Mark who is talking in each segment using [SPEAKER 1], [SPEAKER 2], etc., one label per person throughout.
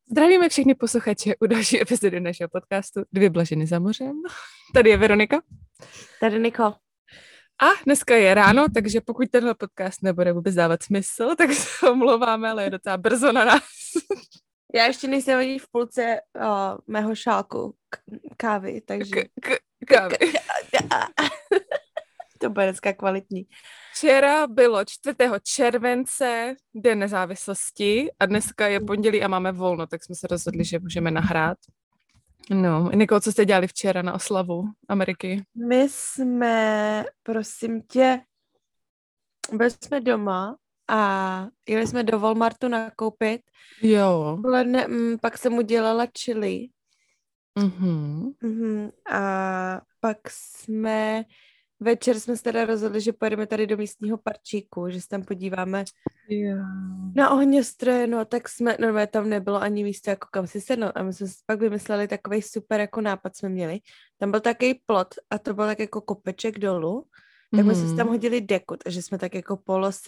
[SPEAKER 1] Zdravíme všechny posluchače u další epizody našeho podcastu Dvě blaženy za mořem. Tady je Veronika.
[SPEAKER 2] Tady Niko.
[SPEAKER 1] A dneska je ráno, takže pokud tenhle podcast nebude vůbec dávat smysl, tak se omlouváme, ale je docela brzo na nás.
[SPEAKER 2] Já ještě nejsem ani v půlce mého šálku kávy, takže...
[SPEAKER 1] Kávy.
[SPEAKER 2] To bude dneska kvalitní.
[SPEAKER 1] Včera bylo 4. července, Den nezávislosti a dneska je pondělí a máme volno, tak jsme se rozhodli, že můžeme nahrát. No, Niko, co jste dělali včera na oslavu Ameriky?
[SPEAKER 2] My jsme, prosím tě, byli jsme doma a jeli jsme do Walmartu nakoupit.
[SPEAKER 1] Jo.
[SPEAKER 2] Pak jsem udělala chili. A pak večer jsme se teda rozhodli, že pojedeme tady do místního parčíku, že se tam podíváme na ohňostroje, no tak normálně tam nebylo ani místo, jako kam si sednout a my jsme si pak vymysleli takovej super jako nápad jsme měli. Tam byl takový plot a to byl tak jako kopeček dolů, tak my jsme si tam hodili deku, takže jsme tak jako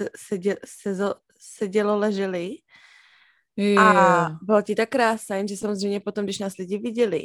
[SPEAKER 2] sedělo leželi. A bylo ti tak krásné, že samozřejmě potom, když nás lidi viděli,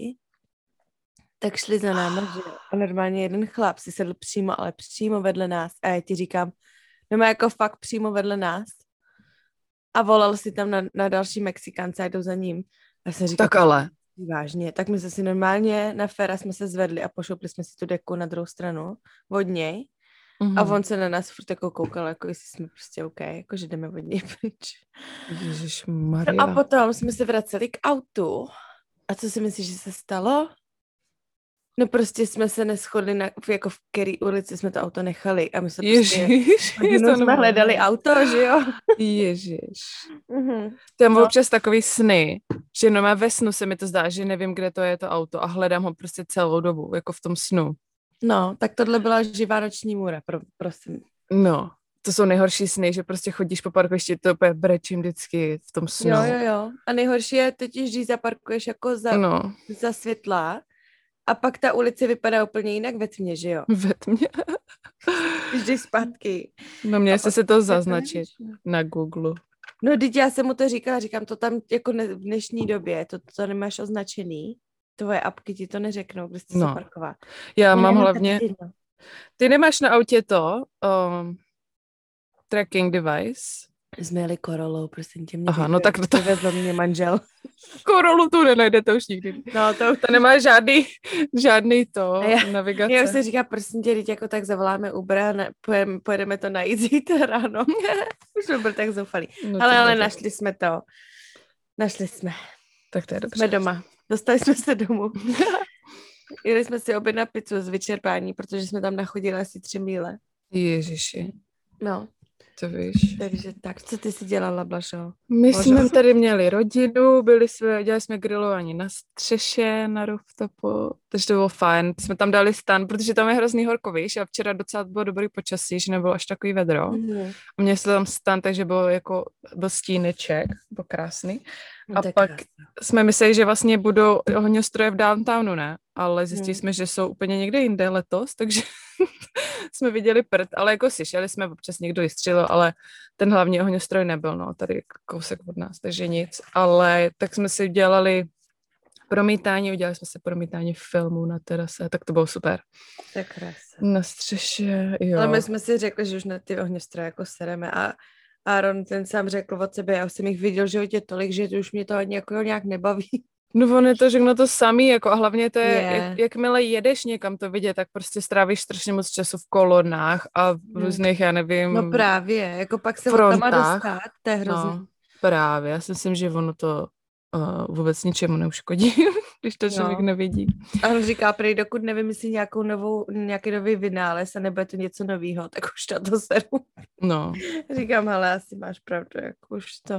[SPEAKER 2] tak šli za náma, že a normálně jeden chlap si sedl přímo, ale přímo vedle nás a já ti říkám, no má jako fakt přímo vedle nás a volal si tam na další Mexikánce a jdou za ním. A jsem říkal,
[SPEAKER 1] tak ale.
[SPEAKER 2] Vážně, tak my jsme si normálně na féra jsme se zvedli a pošoupli jsme si tu deku na druhou stranu od něj a on se na nás furt jako koukal, jako jestli jsme prostě OK, jako že jdeme od něj pryč.
[SPEAKER 1] Ježišmarja.
[SPEAKER 2] No a potom jsme se vraceli k autu a co si myslíš, že se stalo? No prostě jsme se neschodli, jako v který ulici jsme to auto nechali a my jsme jsme hledali auto, že jo?
[SPEAKER 1] Ježiš. To mám občas takový sny, že no ve snu se mi to zdá, že nevím, kde to je to auto a hledám ho prostě celou dobu, jako v tom snu.
[SPEAKER 2] No, tak tohle byla živá noční můra, prosím.
[SPEAKER 1] No, to jsou nejhorší sny, že prostě chodíš po parkovišti, to úplně brečím vždycky v tom snu.
[SPEAKER 2] Jo. A nejhorší je totiž, když zaparkuješ jako za světla, a pak ta ulice vypadá úplně jinak ve tmě, že jo?
[SPEAKER 1] Ve tmě?
[SPEAKER 2] Vždy zpátky.
[SPEAKER 1] No mě se to zaznačit na Google.
[SPEAKER 2] No, teď já jsem mu to říkám, to tam jako v dnešní době, to nemáš označený, tvoje apky ti to neřeknou, kde jsi zaparkovat.
[SPEAKER 1] Já mám hlavně, ty nemáš na autě to tracking device?
[SPEAKER 2] Jsme jeli Corolou, prosím tě.
[SPEAKER 1] Aha, no tak to
[SPEAKER 2] vezl mě manžel.
[SPEAKER 1] Corolu tu nenajdete už nikdy.
[SPEAKER 2] No, to
[SPEAKER 1] nemá žádný navigace.
[SPEAKER 2] Já už se říká, prosím tě, teď jako tak zavoláme Uber a pojedeme to najít zítra ráno. Už to byl tak zoufalý. No, ale našli jsme to. Našli jsme.
[SPEAKER 1] Tak to je dobře.
[SPEAKER 2] Jsme doma. Dostali jsme se domů. Jeli jsme si objednat pizzu z vyčerpání, protože jsme tam nachodili asi 3 míle.
[SPEAKER 1] Ježiši.
[SPEAKER 2] No.
[SPEAKER 1] To víš.
[SPEAKER 2] Takže tak, co ty si dělala, Blažo?
[SPEAKER 1] My jsme tady měli rodinu, dělali jsme grilování na střeše, na rooftopu, takže to bylo fajn. Jsme tam dali stan, protože tam je hrozný horko, víš, a včera docela bylo dobrý počasí, že nebylo až takový vedro. A měli jsme tam stan, takže byl stíneček, byl krásný. A pak jsme mysleli, že vlastně budou ohňostroje v downtownu, ne? Ale zjistili jsme, že jsou úplně někde jinde letos, takže jsme viděli prd, ale jako slyšeli jsme, občas někdo vystřelil, ale ten hlavní ohňostroj nebyl, no, tady kousek od nás, takže nic. Ale tak jsme si udělali udělali jsme si promítání filmů na terase, tak to bylo super.
[SPEAKER 2] Tak krásně.
[SPEAKER 1] Na střeše, jo.
[SPEAKER 2] Ale my jsme si řekli, že už na ty ohňostroje jako sereme a Aaron ten sám řekl od sebe, já jsem jich viděl, že je tolik, že už mě to ani jako nějak nebaví.
[SPEAKER 1] No on je to všechno to samý, jako a hlavně to je, jakmile jedeš někam to vidět, tak prostě strávíš strašně moc času v kolonách a v různých, já nevím,
[SPEAKER 2] no právě, jako pak se
[SPEAKER 1] frontách.
[SPEAKER 2] Dostat, to je hrozně.
[SPEAKER 1] No, právě, já si myslím, že ono to vůbec ničemu neuškodí, když to člověk nevidí.
[SPEAKER 2] A on říká, prý, dokud nevymyslí nějaký nový vynález a nebude to něco novýho, tak už to seru.
[SPEAKER 1] No.
[SPEAKER 2] Říkám, ale asi máš pravdu, jako už to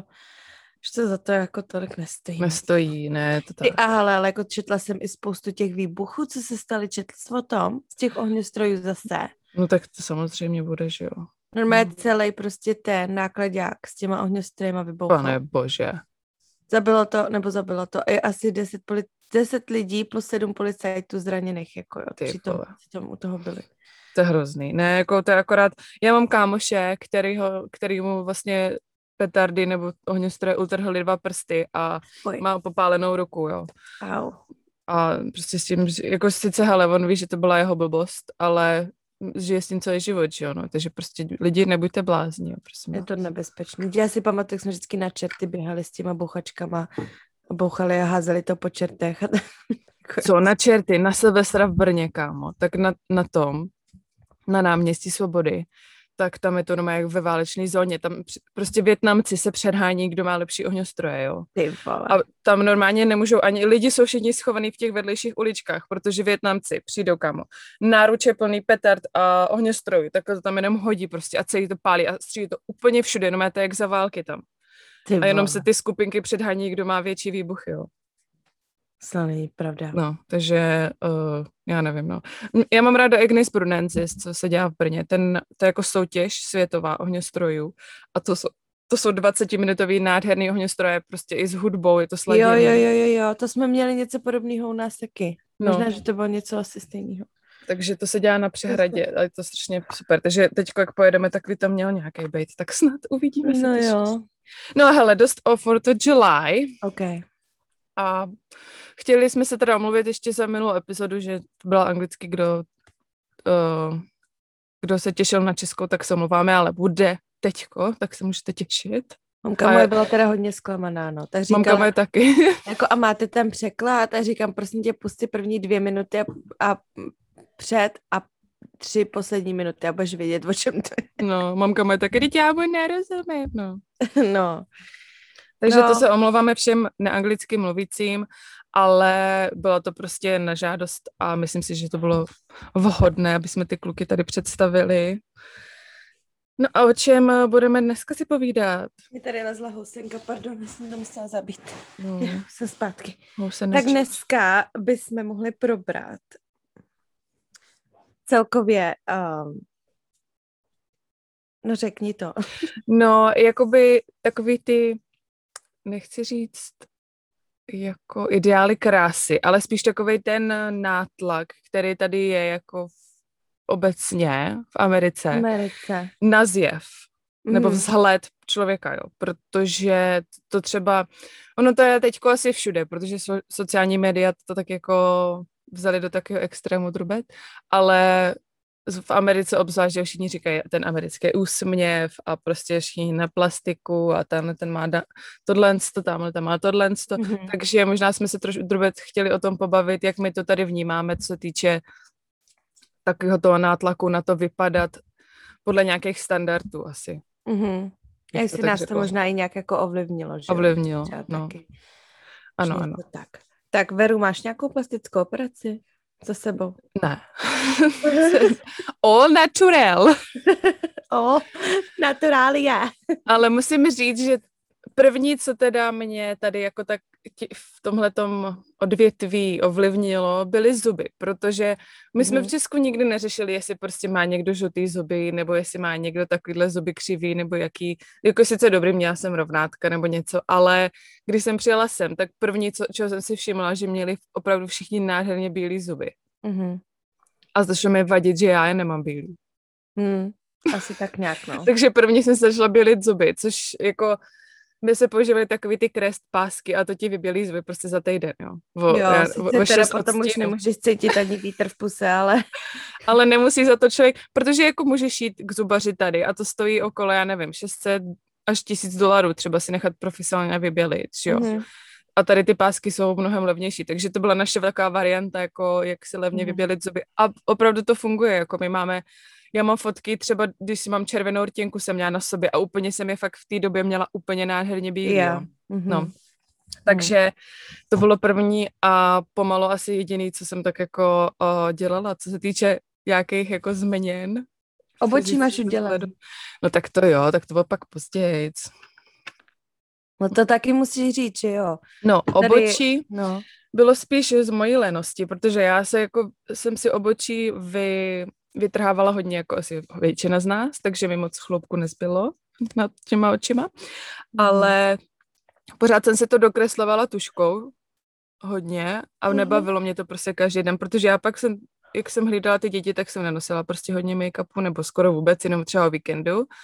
[SPEAKER 2] za to jako tolik nestojí.
[SPEAKER 1] Nestojí, ne, to tak.
[SPEAKER 2] Ale jako četla jsem i spoustu těch výbuchů, co se staly, četla jsi o tom, z těch ohňostrojů zase.
[SPEAKER 1] No tak to samozřejmě bude, že jo.
[SPEAKER 2] Normálně celý prostě ten nákladák s těma ohňostrojema vybuchl.
[SPEAKER 1] Pane bože.
[SPEAKER 2] Zabilo to i asi 10 lidí plus 7 policajtů zraněných, jako jo, přitom u toho byli.
[SPEAKER 1] To je hrozný. Ne, jako to je akorát, já mám kámoše, kterýmu vlastně petardy nebo ohňostroje utrhli 2 prsty a má popálenou ruku, jo.
[SPEAKER 2] Au.
[SPEAKER 1] A prostě s tím, jako sice, hele, on ví, že to byla jeho blbost, ale žije s tím celý život, že jo, no. Takže prostě lidi, nebuďte blázni, jo, prosím.
[SPEAKER 2] Je to nebezpečné. Já si pamatuju, jak jsme vždycky na čerty běhali s těma bouchačkama a bouchali a házeli to po čertech.
[SPEAKER 1] Co, na čerty, na Silvestra v Brně, kámo, tak na náměstí Svobody, tak tam je to doma jak ve válečné zóně. Tam prostě Vietnamci se předhání, kdo má lepší ohňostroje, jo. A tam normálně nemůžou ani, lidi jsou všichni schovaní v těch vedlejších uličkách, protože Vietnamci přijdou, kámo, náruče plný petard a ohňostrojů, tak to tam jenom hodí prostě a celý to pálí a střílí to úplně všude, jenom je to jak za války tam. A jenom se ty skupinky předhání, kdo má větší výbuchy, jo.
[SPEAKER 2] Slaný, pravda.
[SPEAKER 1] No, takže já nevím, no. Já mám ráda Ignis Brunensis, co se dělá v Brně. To je jako soutěž světová ohňostrojů a to jsou 20-minutový nádherný ohňostroje, prostě i s hudbou, je to sladěný.
[SPEAKER 2] Jo, to jsme měli něco podobného u nás taky. Možná, že to bylo něco asi stejného.
[SPEAKER 1] Takže to se dělá na přehradě a je to strašně super. Takže teď, jak pojedeme, tak by tam měl nějaký bejt, tak snad uvidíme se.
[SPEAKER 2] No jo.
[SPEAKER 1] No hele, dost o 4th of July.
[SPEAKER 2] OK.
[SPEAKER 1] A chtěli jsme se teda omluvit ještě za minulou epizodu, že to byla anglicky, kdo se těšil na českou, tak se omluváme, ale bude teďko, tak se můžete těšit.
[SPEAKER 2] Mamka moje byla teda hodně zklamaná, no. Tak říkala,
[SPEAKER 1] mamka moje taky.
[SPEAKER 2] Jako, a máte tam překlad? A říkám, prosím tě, pusti první 2 minuty a před a 3 poslední minuty a budeš vědět, o čem to je.
[SPEAKER 1] No, mamka moje taky, teď já mu nerozumím, no.
[SPEAKER 2] No.
[SPEAKER 1] Takže to se omlouváme všem neanglicky mluvícím, ale bylo to prostě na žádost a myslím si, že to bylo vhodné, aby jsme ty kluky tady představili. No a o čem budeme dneska si povídat?
[SPEAKER 2] Je tady lezla housenka, pardon, jsem to musela zabít.
[SPEAKER 1] No.
[SPEAKER 2] Jsem zpátky. Tak dneska bychom mohli probrat celkově, no řekni to.
[SPEAKER 1] No, jakoby takový ty, nechci říct, jako ideály krásy, ale spíš takovej ten nátlak, který tady je jako obecně v Americe. Na zjev, nebo vzhled člověka, jo, protože to třeba, ono to je teďko asi všude, protože sociální média to tak jako vzali do takového extrému drubet, ale v Americe obzvlášť, že všichni říkají ten americký úsměv a prostě všichni na plastiku a ten má tohlensto, tamhle tam má tohlensto, takže možná jsme se trošku drubet chtěli o tom pobavit, jak my to tady vnímáme, co se týče takového toho nátlaku na to vypadat podle nějakých standardů asi.
[SPEAKER 2] A jestli nás to možná i nějak jako ovlivnilo, že?
[SPEAKER 1] Ovlivnilo, no.
[SPEAKER 2] Taky.
[SPEAKER 1] Ano.
[SPEAKER 2] Tak Veru, máš nějakou plastickou operaci za sebou?
[SPEAKER 1] Ne. All natural.
[SPEAKER 2] All naturalia.
[SPEAKER 1] Ale musím říct, že první, co teda mě tady jako tak v tomhletom odvětví ovlivnilo, byly zuby, protože my jsme v Česku nikdy neřešili, jestli prostě má někdo žlutý zuby, nebo jestli má někdo takovýhle zuby křivý, nebo jaký, jako sice dobrý, měla jsem rovnátka nebo něco, ale když jsem přijela sem, tak první, čeho jsem si všimla, že měli opravdu všichni nádherně bílý zuby. A začalo mi vadit, že já je nemám bílý.
[SPEAKER 2] Asi tak nějak, no.
[SPEAKER 1] Takže první jsem se začala bělit zuby, což jako kde se používaly takový ty krest pásky a to ti vybělí zuby prostě za týden, jo.
[SPEAKER 2] Teda potom už nemůžeš cítit ani vítr v puse, ale...
[SPEAKER 1] ale nemusí za to člověk, protože jako můžeš jít k zubaři tady a to stojí okolo, já nevím, 600 až $1000 třeba si nechat profesionálně vybělit, jo. A tady ty pásky jsou mnohem levnější, takže to byla naše taková varianta, jako jak si levně vybělit zuby. A opravdu to funguje, jako já mám fotky, třeba když si mám červenou rtěnku, jsem měla na sobě a úplně jsem je fakt v té době měla úplně nádherně bílý. No. Takže to bylo první a pomalu asi jediný, co jsem tak jako dělala, co se týče nějakých jako změn.
[SPEAKER 2] Obočí máš udělat.
[SPEAKER 1] No tak to jo, tak to bylo pak později.
[SPEAKER 2] No to taky musíš říct, že jo.
[SPEAKER 1] No, obočí bylo spíš z mojí lenosti, protože já jsem si obočí vytrhávala hodně, jako asi většina z nás, takže mi moc chloupku nezbylo nad těma očima, ale pořád jsem si to dokreslovala tuškou hodně a nebavilo mě to prostě každý den, protože já pak jak jsem hlídala ty děti, tak jsem nenosila prostě hodně make-upu, nebo skoro vůbec, jenom třeba o víkendu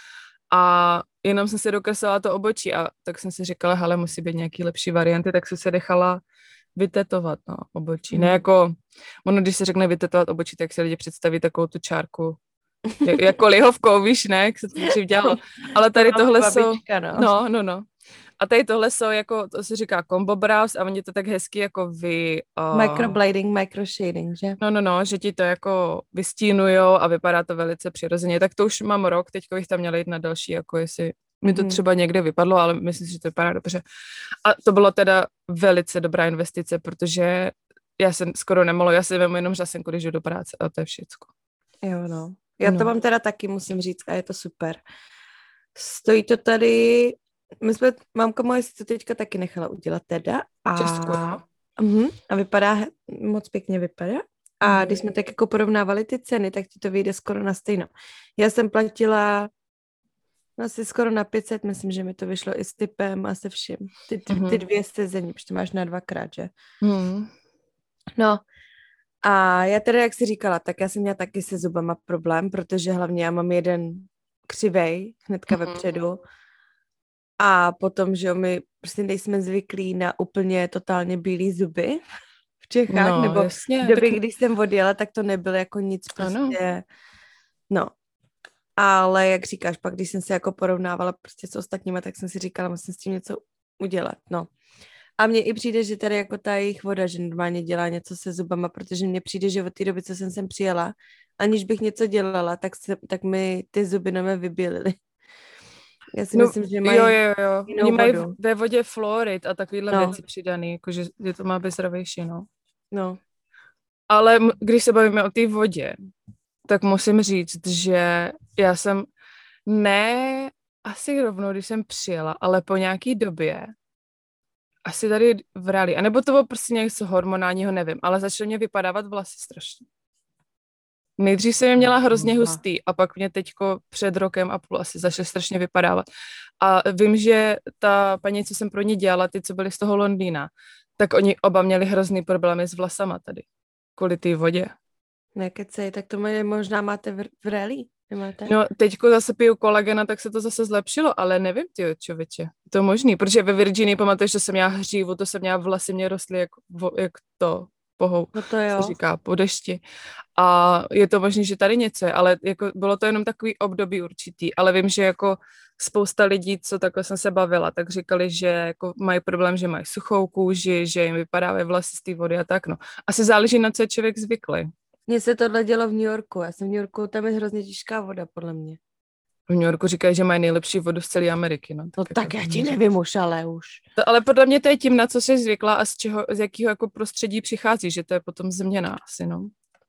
[SPEAKER 1] a jenom jsem si dokreslila to obočí a tak jsem si říkala, hele, musí být nějaký lepší varianty, tak jsem se nechala vytetovat, no, obočí. Ne jako, ono, když se řekne vytetovat obočí, tak si lidi představí takovou tu čárku, jako lihovkou, víš, ne, jak se to dřív dělalo. Ale
[SPEAKER 2] To
[SPEAKER 1] tady
[SPEAKER 2] byla
[SPEAKER 1] tohle
[SPEAKER 2] babička, no.
[SPEAKER 1] no. A tady tohle jsou jako, to se říká combo brows a oni to tak hezky jako
[SPEAKER 2] Microblading, microshading, že?
[SPEAKER 1] No, že ti to jako vystínujou a vypadá to velice přirozeně. Tak to už mám rok, teďko bych tam měla jít na další, jako jestli mi to třeba někde vypadlo, ale myslím si, že to vypadá dobře. A to bylo teda velice dobrá investice, protože já jsem skoro nemohla, já si vemu jenom řasenku, když jdu do práce a to je všecko.
[SPEAKER 2] Jo, no. Já to mám teda taky, musím říct, a je to super. Stojí to tady, mámka moje si to teďka taky nechala udělat teda.
[SPEAKER 1] Čestku, jo?
[SPEAKER 2] A vypadá, moc pěkně vypadá. A když jsme tak jako porovnávali ty ceny, tak ti to vyjde skoro na stejno. Já jsem platila asi skoro na 500, myslím, že mi to vyšlo i s typem a se vším. Ty 2 sezení, protože to máš na 2krát, že? No, a já teda, jak jsi říkala, tak já jsem měla taky se zubama problém, protože hlavně já mám jeden křivej hnedka vepředu a potom, že my prostě nejsme zvyklí na úplně totálně bílý zuby v Čechách,
[SPEAKER 1] no,
[SPEAKER 2] nebo
[SPEAKER 1] jasně,
[SPEAKER 2] v době,
[SPEAKER 1] tak...
[SPEAKER 2] když jsem odjela, tak to nebylo jako nic prostě, no. Ale jak říkáš, pak když jsem se jako porovnávala prostě s ostatníma, tak jsem si říkala, musím s tím něco udělat, no. A mně i přijde, že tady jako ta jejich voda, že normálně dělá něco se zubama, protože mně přijde, že od té doby, co jsem sem přijela, aniž bych něco dělala, tak mi ty zuby na mě vybělily. Já si myslím, že mají
[SPEAKER 1] jo.
[SPEAKER 2] jinou
[SPEAKER 1] Oni mají
[SPEAKER 2] vodu.
[SPEAKER 1] ve vodě fluorid a takovýhle věci přidaný, jakože je to má být zdravější, no.
[SPEAKER 2] No.
[SPEAKER 1] Ale když se bavíme o té vodě, tak musím říct, že já jsem asi rovnou, když jsem přijela, ale po nějaký době, asi tady v Rally, anebo to bylo prostě něco hormonálního, nevím, ale začaly mě vypadávat vlasy strašně. Nejdřív jsem je měla hrozně hustý a pak mě teďko před rokem a půl asi začaly strašně vypadávat. A vím, že ta paní, co jsem pro ně dělala, ty, co byly z toho Londýna, tak oni oba měli hrozný problémy s vlasama tady, kvůli té vodě.
[SPEAKER 2] Nekecej, tak to možná máte v Rally, nemáte?
[SPEAKER 1] No, teďko zase piju kolagena, tak se to zase zlepšilo, ale nevím, tyjo, člověče. Je to možný, protože ve Virginii pamatuješ, že jsem měla hřívu, to jsem měla vlasy, mě rostly jak to pohou,
[SPEAKER 2] no to jo.
[SPEAKER 1] se říká, po dešti. A je to možný, že tady něco je, ale jako bylo to jenom takový období určitý, ale vím, že jako spousta lidí, co takhle jsem se bavila, tak říkali, že jako mají problém, že mají suchou kůži, že jim vypadávají vlasy z té vody a tak, no. Asi záleží, na co je člověk zvyklý.
[SPEAKER 2] Mně se tohle dělo v New Yorku. Já jsem v New Yorku, tam je hrozně těžká voda, podle mě.
[SPEAKER 1] V New Yorku říkají, že mají nejlepší vodu z celé Ameriky. No,
[SPEAKER 2] tak já ti nevím už, ale už.
[SPEAKER 1] Ale podle mě to je tím, na co jsi zvykla a z jakého jako prostředí přichází, že to je potom změna asi, no.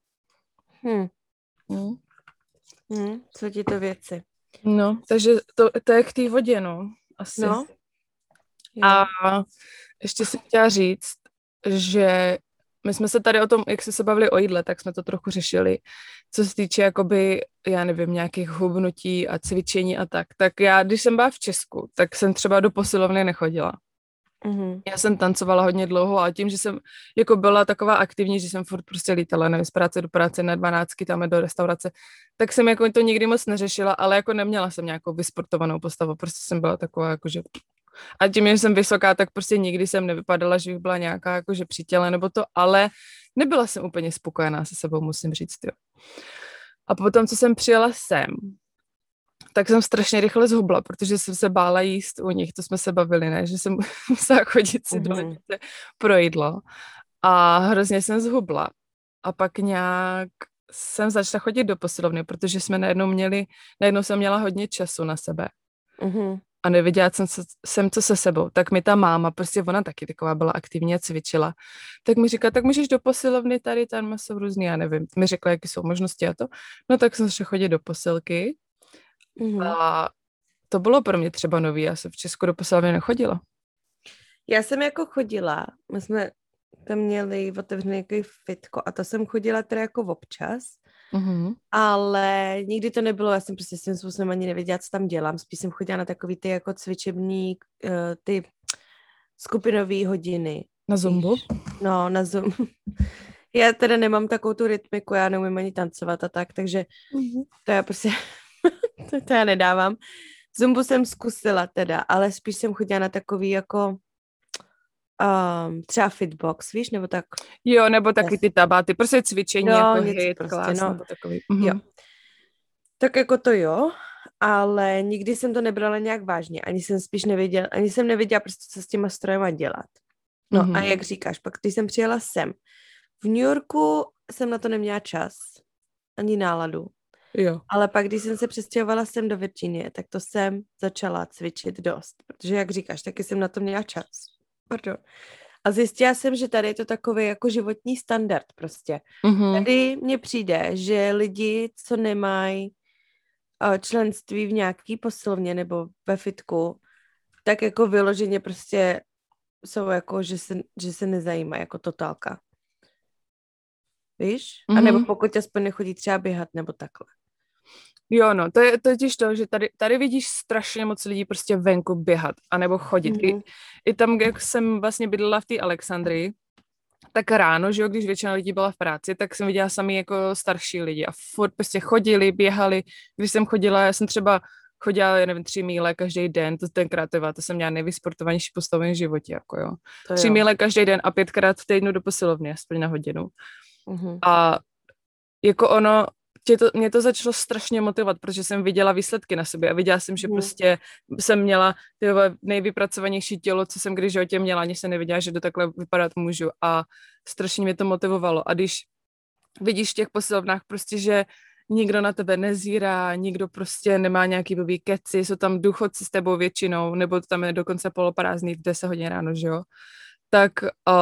[SPEAKER 2] Co ti to věci?
[SPEAKER 1] No, takže to je k té vodě, no, asi.
[SPEAKER 2] No.
[SPEAKER 1] A ještě jsem chtěla říct, že my jsme se tady o tom, jak jsme se bavili o jídle, tak jsme to trochu řešili, co se týče jakoby, já nevím, nějakých hubnutí a cvičení a tak já, když jsem byla v Česku, tak jsem třeba do posilovny nechodila. Já jsem tancovala hodně dlouho a tím, že jsem jako byla taková aktivní, že jsem furt prostě lítala, nevím, z práce do práce na 12, tam do restaurace, tak jsem jako to nikdy moc neřešila, ale jako neměla jsem nějakou vysportovanou postavu, prostě jsem byla taková jakože... A tím, že jsem vysoká, tak prostě nikdy jsem nevypadala, že bych byla nějaká jakože při těle nebo to, ale nebyla jsem úplně spokojená se sebou, musím říct, jo. A potom, co jsem přijela sem, tak jsem strašně rychle zhubla, protože jsem se bála jíst u nich, to jsme se bavili, ne, že jsem musela chodit si do lednice pro jídlo a hrozně jsem zhubla. A pak nějak jsem začala chodit do posilovny, protože jsme najednou jsem měla hodně času na sebe. A nevěděla jsem co se sebou, tak mi ta máma, prostě ona taky taková byla aktivně cvičila, tak mi říká, tak můžeš do posilovny tady, tam jsou různý, já nevím, mi řekla, jaké jsou možnosti a to, no tak jsem začala chodit do posilky a to bylo pro mě třeba nový, já jsem v Česku do posilovny nechodila.
[SPEAKER 2] Já jsem jako chodila, my jsme tam měli otevřený jaký fitko a to jsem chodila teda jako občas, ale nikdy to nebylo, já jsem prostě s tím způsobem ani nevěděla, co tam dělám, spíš jsem chodila na takový ty jako cvičební, ty skupinové hodiny.
[SPEAKER 1] Na Zumbu?
[SPEAKER 2] No, na Zoom. Já teda nemám takovou tu rytmiku, já neumím ani tancovat a tak, takže to já prostě, to já nedávám. Zumbu jsem zkusila teda, ale spíš jsem chodila na takový jako třeba fitbox, víš, nebo tak.
[SPEAKER 1] Jo, nebo taky ty tabáty, prostě cvičení
[SPEAKER 2] Jo,
[SPEAKER 1] jako
[SPEAKER 2] něco
[SPEAKER 1] hit,
[SPEAKER 2] prostě,
[SPEAKER 1] class,
[SPEAKER 2] no.
[SPEAKER 1] nebo takový.
[SPEAKER 2] Jo. Tak jako to jo, ale nikdy jsem to nebrala nějak vážně. Ani jsem nevěděla prostě, co s těma strojema dělat. No a jak říkáš, pak když jsem přijela sem, v New Yorku jsem na to neměla čas, ani náladu.
[SPEAKER 1] Jo.
[SPEAKER 2] Ale pak, když jsem se přestěhovala sem do Virginie, tak to jsem začala cvičit dost, protože jak říkáš, taky jsem na to měla čas. Pardon. A zjistila jsem, že tady je to takový jako životní standard prostě. Tady mně přijde, že lidi, co nemají členství v nějaký posilovně nebo ve fitku, tak jako vyloženě prostě jsou jako, že se nezajímají jako totálka. Víš? A nebo pokud aspoň nechodí třeba běhat nebo takhle.
[SPEAKER 1] Jo, no, to je totiž to, že tady vidíš strašně moc lidí prostě venku běhat, anebo chodit. I tam, jak jsem vlastně bydlela v té Alexandrii, tak ráno, že jo, když většina lidí byla v práci, tak jsem viděla sami jako starší lidi a furt prostě chodili, běhali. Když jsem chodila, já jsem třeba chodila, já nevím, 3 míle každý den, to jsem měla nejvysportovanější postavení v životě, jako jo. 3 míle každý den a 5krát v týdnu do posilovny, aspoň na hodinu. A jako ono, mě to začalo strašně motivovat, protože jsem viděla výsledky na sobě a viděla jsem, že prostě jsem měla nejvypracovanější tělo, co jsem kdy v životě měla, ani jsem nevěděla, že do takhle vypadat můžu a strašně mě to motivovalo. A když vidíš v těch posilovnách prostě, že nikdo na tebe nezírá, nikdo prostě nemá nějaký blbý keci, jsou tam důchodci s tebou většinou, nebo tam je dokonce poloprázdný v 10 hodin ráno, že jo, tak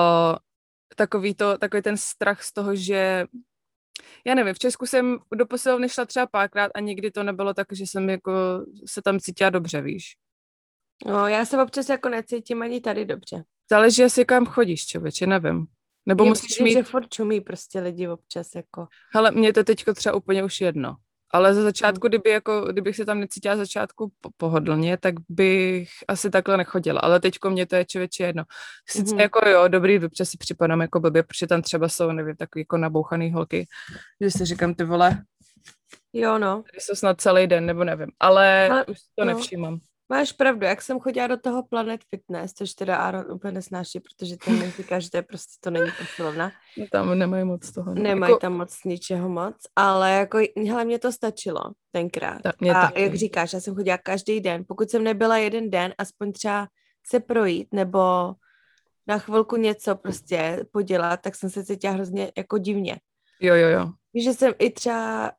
[SPEAKER 1] takový ten strach z toho, že já nevím, v Česku jsem do posilovny šla třeba párkrát a nikdy to nebylo tak, že jsem jako se tam cítila dobře, víš.
[SPEAKER 2] No, já se občas jako necítím ani tady dobře.
[SPEAKER 1] Záleží, jestli kam chodíš, člověče, nevím. Nebo
[SPEAKER 2] Mně
[SPEAKER 1] musíš
[SPEAKER 2] přijde,
[SPEAKER 1] mít...
[SPEAKER 2] že furt čumí prostě lidi občas jako.
[SPEAKER 1] Hele, mě to teďko třeba úplně už jedno. Ale za začátku, kdybych se tam necítila začátku pohodlně, tak bych asi takhle nechodila. Ale teďko mě to je člověče jedno. Sice jako jo, dobrý, občas si připadám jako blbě, protože tam třeba jsou, nevím, takový jako nabouchaný holky, že si říkám, ty vole,
[SPEAKER 2] jo, no.
[SPEAKER 1] tady jsou snad celý den, nebo nevím. Ale už to nevšímám.
[SPEAKER 2] Máš pravdu, jak jsem chodila do toho Planet Fitness, což teda Aaron úplně nesnáší, protože ten mi říká, že to je prostě to není posilovna.
[SPEAKER 1] Tam nemají moc toho.
[SPEAKER 2] Nemají tam moc ničeho moc, ale jako, hele, mě to stačilo tenkrát. A jak říkáš, já jsem chodila každý den, pokud jsem nebyla jeden den, aspoň třeba se projít, nebo na chvilku něco prostě podělat, tak jsem se cítila hrozně jako divně.
[SPEAKER 1] Jo.
[SPEAKER 2] Víš, že jsem i třeba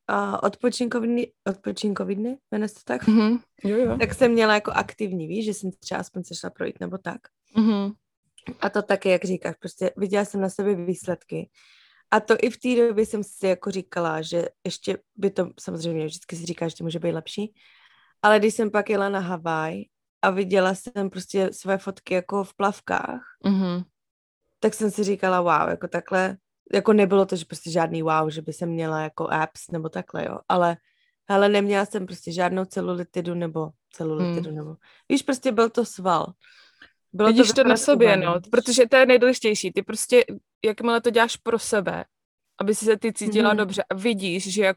[SPEAKER 2] odpočinkový dny, jmenuje se to tak?
[SPEAKER 1] Jo.
[SPEAKER 2] Tak jsem měla jako aktivní, víš, že jsem třeba aspoň se šla projít nebo tak. A to taky, jak říkáš, prostě viděla jsem na sebe výsledky. A to i v té době jsem si jako říkala, že ještě by to, samozřejmě vždycky si říkáš, že to může být lepší, ale když jsem pak jela na Havaj a viděla jsem prostě své fotky jako v plavkách, tak jsem si říkala, wow, jako takhle, jako nebylo to, že prostě žádný wow, že by jsem měla jako abs nebo takhle, jo, ale neměla jsem prostě žádnou celulitidu nebo víš, prostě byl to sval.
[SPEAKER 1] Vidíš to na sobě, no, protože to je nejdůležitější. Ty prostě, jakmile to děláš pro sebe, aby si se ty cítila dobře a vidíš, že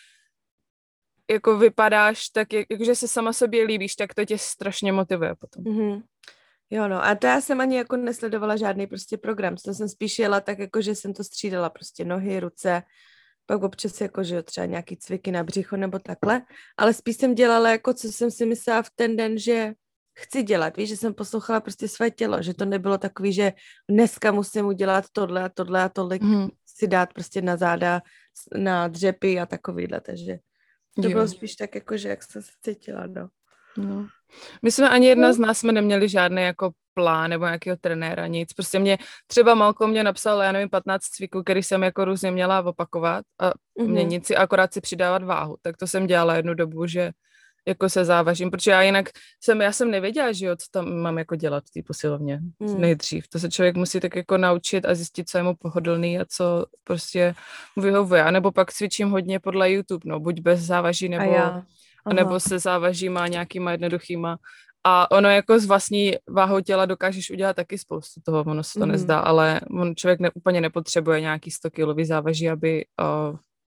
[SPEAKER 1] jako vypadáš tak, jakože se sama sobě líbíš, tak to tě strašně motivuje potom.
[SPEAKER 2] Jo, no, a to já jsem ani jako nesledovala žádný prostě program, to jsem spíš jela tak, jako že jsem to střídala prostě nohy, ruce, pak občas jako, že třeba nějaký cviky na břicho nebo takhle, ale spíš jsem dělala jako, co jsem si myslela v ten den, že chci dělat, víš, že jsem poslouchala prostě své tělo, že to nebylo takový, že dneska musím udělat tohle a tohle a tohle si dát prostě na záda, na dřepy a takovýhle, takže to bylo spíš tak jako, že jak jsem se cítila, no.
[SPEAKER 1] My jsme ani jedna z nás jsme neměli žádný jako plán nebo nějakého trenéra, nic. Prostě třeba Malcolm mě napsal, já nevím, 15 cviků, který jsem jako různě měla opakovat a měnit si, akorát si přidávat váhu. Tak to jsem dělala jednu dobu, že jako se závažím, protože já jsem nevěděla, že jo, co tam mám jako dělat v té posilovně nejdřív. To se člověk musí tak jako naučit a zjistit, co je mu pohodlný a co prostě mu vyhovuje. A nebo pak cvičím hodně podle YouTube, no, buď bez závaží, nebo se závažíma nějakýma jednoduchýma. A ono jako s vlastní váhou těla dokážeš udělat taky spoustu toho, ono se to nezdá, ale člověk úplně nepotřebuje nějaký 100 kilový závaží, aby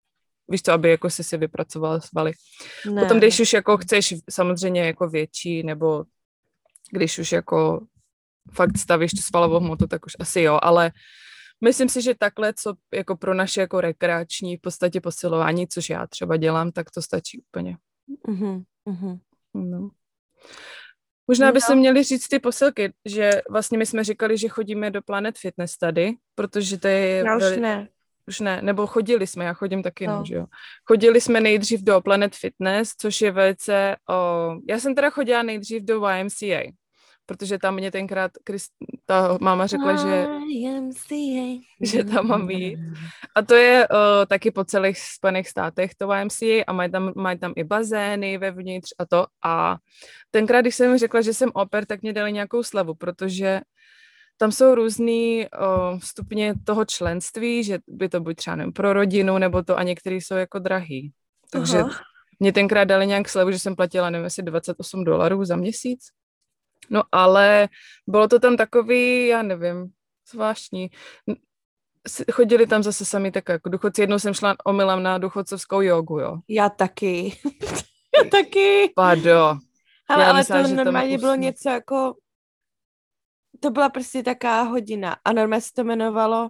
[SPEAKER 1] víš co, aby jako si vypracovala svaly.
[SPEAKER 2] Ne,
[SPEAKER 1] Potom, když
[SPEAKER 2] ne.
[SPEAKER 1] už jako chceš samozřejmě jako větší, nebo když už jako fakt stavíš tu svalovou hmotu, tak už asi jo, ale myslím si, že takhle, co jako pro naše jako rekreační v podstatě posilování, což já třeba dělám, tak to stačí úplně.
[SPEAKER 2] Mhm, mhm.
[SPEAKER 1] No. Možná by se
[SPEAKER 2] No,
[SPEAKER 1] měli říct ty posilky, že vlastně my jsme říkali, že chodíme do Planet Fitness tady, protože to je
[SPEAKER 2] já už ne.
[SPEAKER 1] už ne, nebo chodili jsme, já chodím taky, no,
[SPEAKER 2] No.
[SPEAKER 1] že jo. Chodili jsme nejdřív do Planet Fitness, což je velice, já jsem teda chodila nejdřív do YMCA, protože tam mě tenkrát ta máma řekla,
[SPEAKER 2] YMCA.
[SPEAKER 1] že tam mám jít. A to je taky po celých Spojených státech to YMCA a mají tam i bazény vevnitř a to. A tenkrát, když jsem mi řekla, že jsem oper, tak mě dali nějakou slevu, protože tam jsou různý stupně toho členství, že by to buď třeba nevím, pro rodinu, nebo to a některý jsou jako drahý. Takže
[SPEAKER 2] Aha.
[SPEAKER 1] mě tenkrát dali nějak slevu, že jsem platila, nevím, jestli $28 za měsíc. No ale bylo to tam takový, já nevím, zvláštní. Chodili tam zase sami tak jako důchodci. Jednou jsem šla omylem na důchodcovskou jogu, jo.
[SPEAKER 2] Já taky. Já taky.
[SPEAKER 1] Pado.
[SPEAKER 2] Ale
[SPEAKER 1] myslela,
[SPEAKER 2] to
[SPEAKER 1] že tam
[SPEAKER 2] normálně
[SPEAKER 1] jako
[SPEAKER 2] bylo něco jako, to byla prostě taká hodina a normálně se to jmenovalo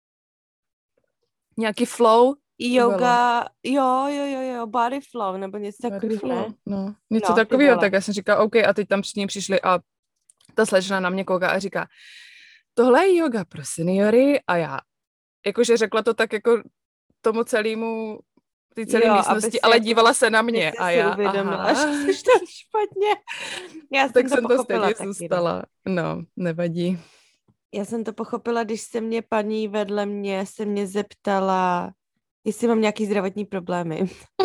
[SPEAKER 1] nějaký flow.
[SPEAKER 2] yoga, jo, body flow, nebo něco
[SPEAKER 1] Body
[SPEAKER 2] takového,
[SPEAKER 1] flow,
[SPEAKER 2] ne?
[SPEAKER 1] no. Něco
[SPEAKER 2] No, ty
[SPEAKER 1] takového,
[SPEAKER 2] vole.
[SPEAKER 1] tak já jsem říkala, OK, a teď tam před ní přišli a ta slečna na mě kouká a říká, tohle je yoga pro seniory a já, jakože řekla to tak jako tomu celému, ty celé
[SPEAKER 2] Jo, aby
[SPEAKER 1] místnosti,
[SPEAKER 2] si
[SPEAKER 1] ale
[SPEAKER 2] jako-
[SPEAKER 1] dívala se na
[SPEAKER 2] aby
[SPEAKER 1] mě
[SPEAKER 2] jsi
[SPEAKER 1] a
[SPEAKER 2] si
[SPEAKER 1] já,
[SPEAKER 2] uvědomila,
[SPEAKER 1] aha.
[SPEAKER 2] že jsi tam špatně. Já
[SPEAKER 1] Tak
[SPEAKER 2] jsem
[SPEAKER 1] jsem to
[SPEAKER 2] pochopila
[SPEAKER 1] stejně
[SPEAKER 2] taky, no.
[SPEAKER 1] zůstala. No, nevadí.
[SPEAKER 2] Já jsem to pochopila, když se mě paní vedle mě se mě zeptala, jestli mám nějaký zdravotní problémy.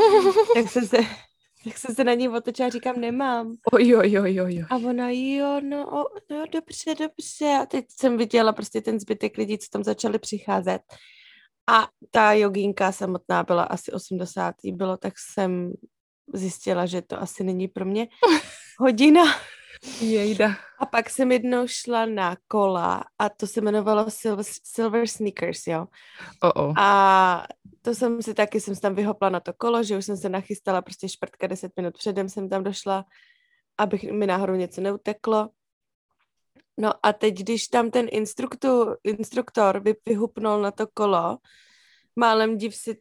[SPEAKER 2] tak jsem se na ní otočila a říkám, nemám.
[SPEAKER 1] Oj.
[SPEAKER 2] A ona, jo, no, dobře. A teď jsem viděla prostě ten zbytek lidí, co tam začali přicházet. A ta jogínka samotná byla asi 80. bylo, tak jsem zjistila, že to asi není pro mě hodina.
[SPEAKER 1] Jejda.
[SPEAKER 2] A pak jsem jednou šla na kola a to se jmenovalo Silver Sneakers, jo.
[SPEAKER 1] Oh.
[SPEAKER 2] A to jsem si tam vyhopla na to kolo, že už jsem se nachystala, prostě šprtka 10 minut předem jsem tam došla, abych mi náhodou něco neuteklo. No a teď, když tam ten instruktor vyhupnul na to kolo, málem div si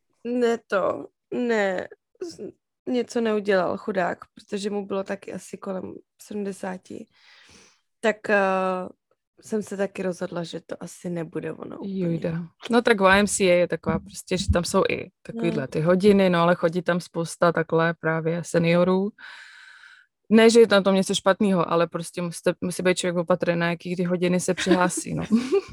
[SPEAKER 2] něco neudělal, chudák, protože mu bylo taky asi kolem 70. Tak jsem se taky rozhodla, že to asi nebude ono úplně.
[SPEAKER 1] Jujda. No tak YMCA je taková prostě, že tam jsou i takovýhle ty hodiny, no ale chodí tam spousta takhle právě seniorů. Ne, že je tam to něco špatného, ale prostě musí být člověk opatrný, na jaký ty hodiny se přihlásí, no.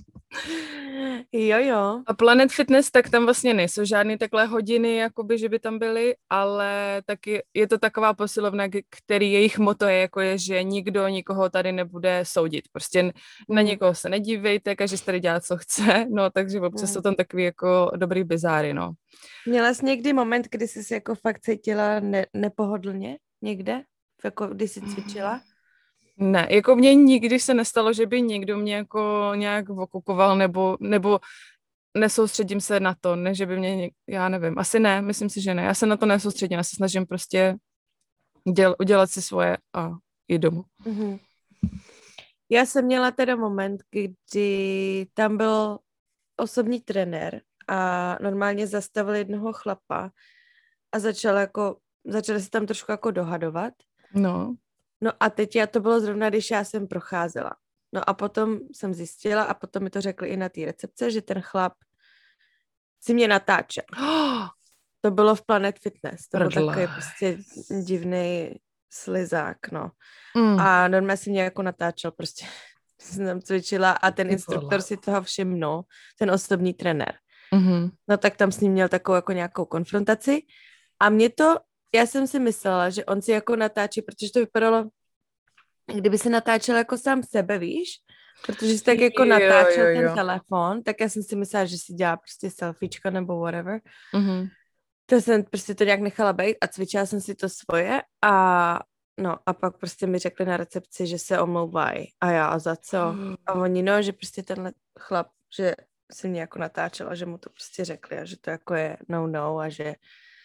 [SPEAKER 2] Jo.
[SPEAKER 1] A Planet Fitness, tak tam vlastně nejsou žádné takhle hodiny, jakoby, že by tam byly, ale taky je to taková posilovna, který jejich moto je, jako je, že nikdo nikoho tady nebude soudit. Prostě na někoho se nedívejte, každý tady dělá, co chce, no, takže občas jsou tam takový jako dobrý bizáry, no.
[SPEAKER 2] Měla jsi někdy moment, kdy jsi se jako fakt cítila nepohodlně někde? Jako když jsi cvičila?
[SPEAKER 1] Ne, jako mně nikdy se nestalo, že by někdo mě jako nějak okukoval nebo nesoustředím se na to, ne, že by mě, já nevím, asi ne, myslím si, že ne. Já se na to nesoustředím, já se snažím prostě udělat si svoje a jít domů.
[SPEAKER 2] Mm-hmm. Já jsem měla teda moment, kdy tam byl osobní trenér a normálně zastavil jednoho chlapa a začali se tam trošku jako dohadovat. No a teď to bylo zrovna, když já jsem procházela. No a potom jsem zjistila a potom mi to řekli i na té recepce, že ten chlap si mě natáčel. To bylo v Planet Fitness. To byl takový prostě divný slizák, no. A normálně si mě jako natáčel, prostě jsem tam cvičila a ten instruktor si toho všimnul, ten osobní trenér. No tak tam s ním měl takovou jako nějakou konfrontaci a já jsem si myslela, že on si jako natáčí, protože to vypadalo, kdyby se natáčel jako sám sebe, víš? Protože si tak jako natáčel ten telefon, tak já jsem si myslela, že si dělá prostě selfiečka nebo whatever. To jsem prostě to nějak nechala být a cvičila jsem si to svoje a pak prostě mi řekli na recepci, že se omlouvají. A já, a za co? A oni, že prostě tenhle chlap, že si mě jako natáčela, že mu to prostě řekli a že to jako je no a že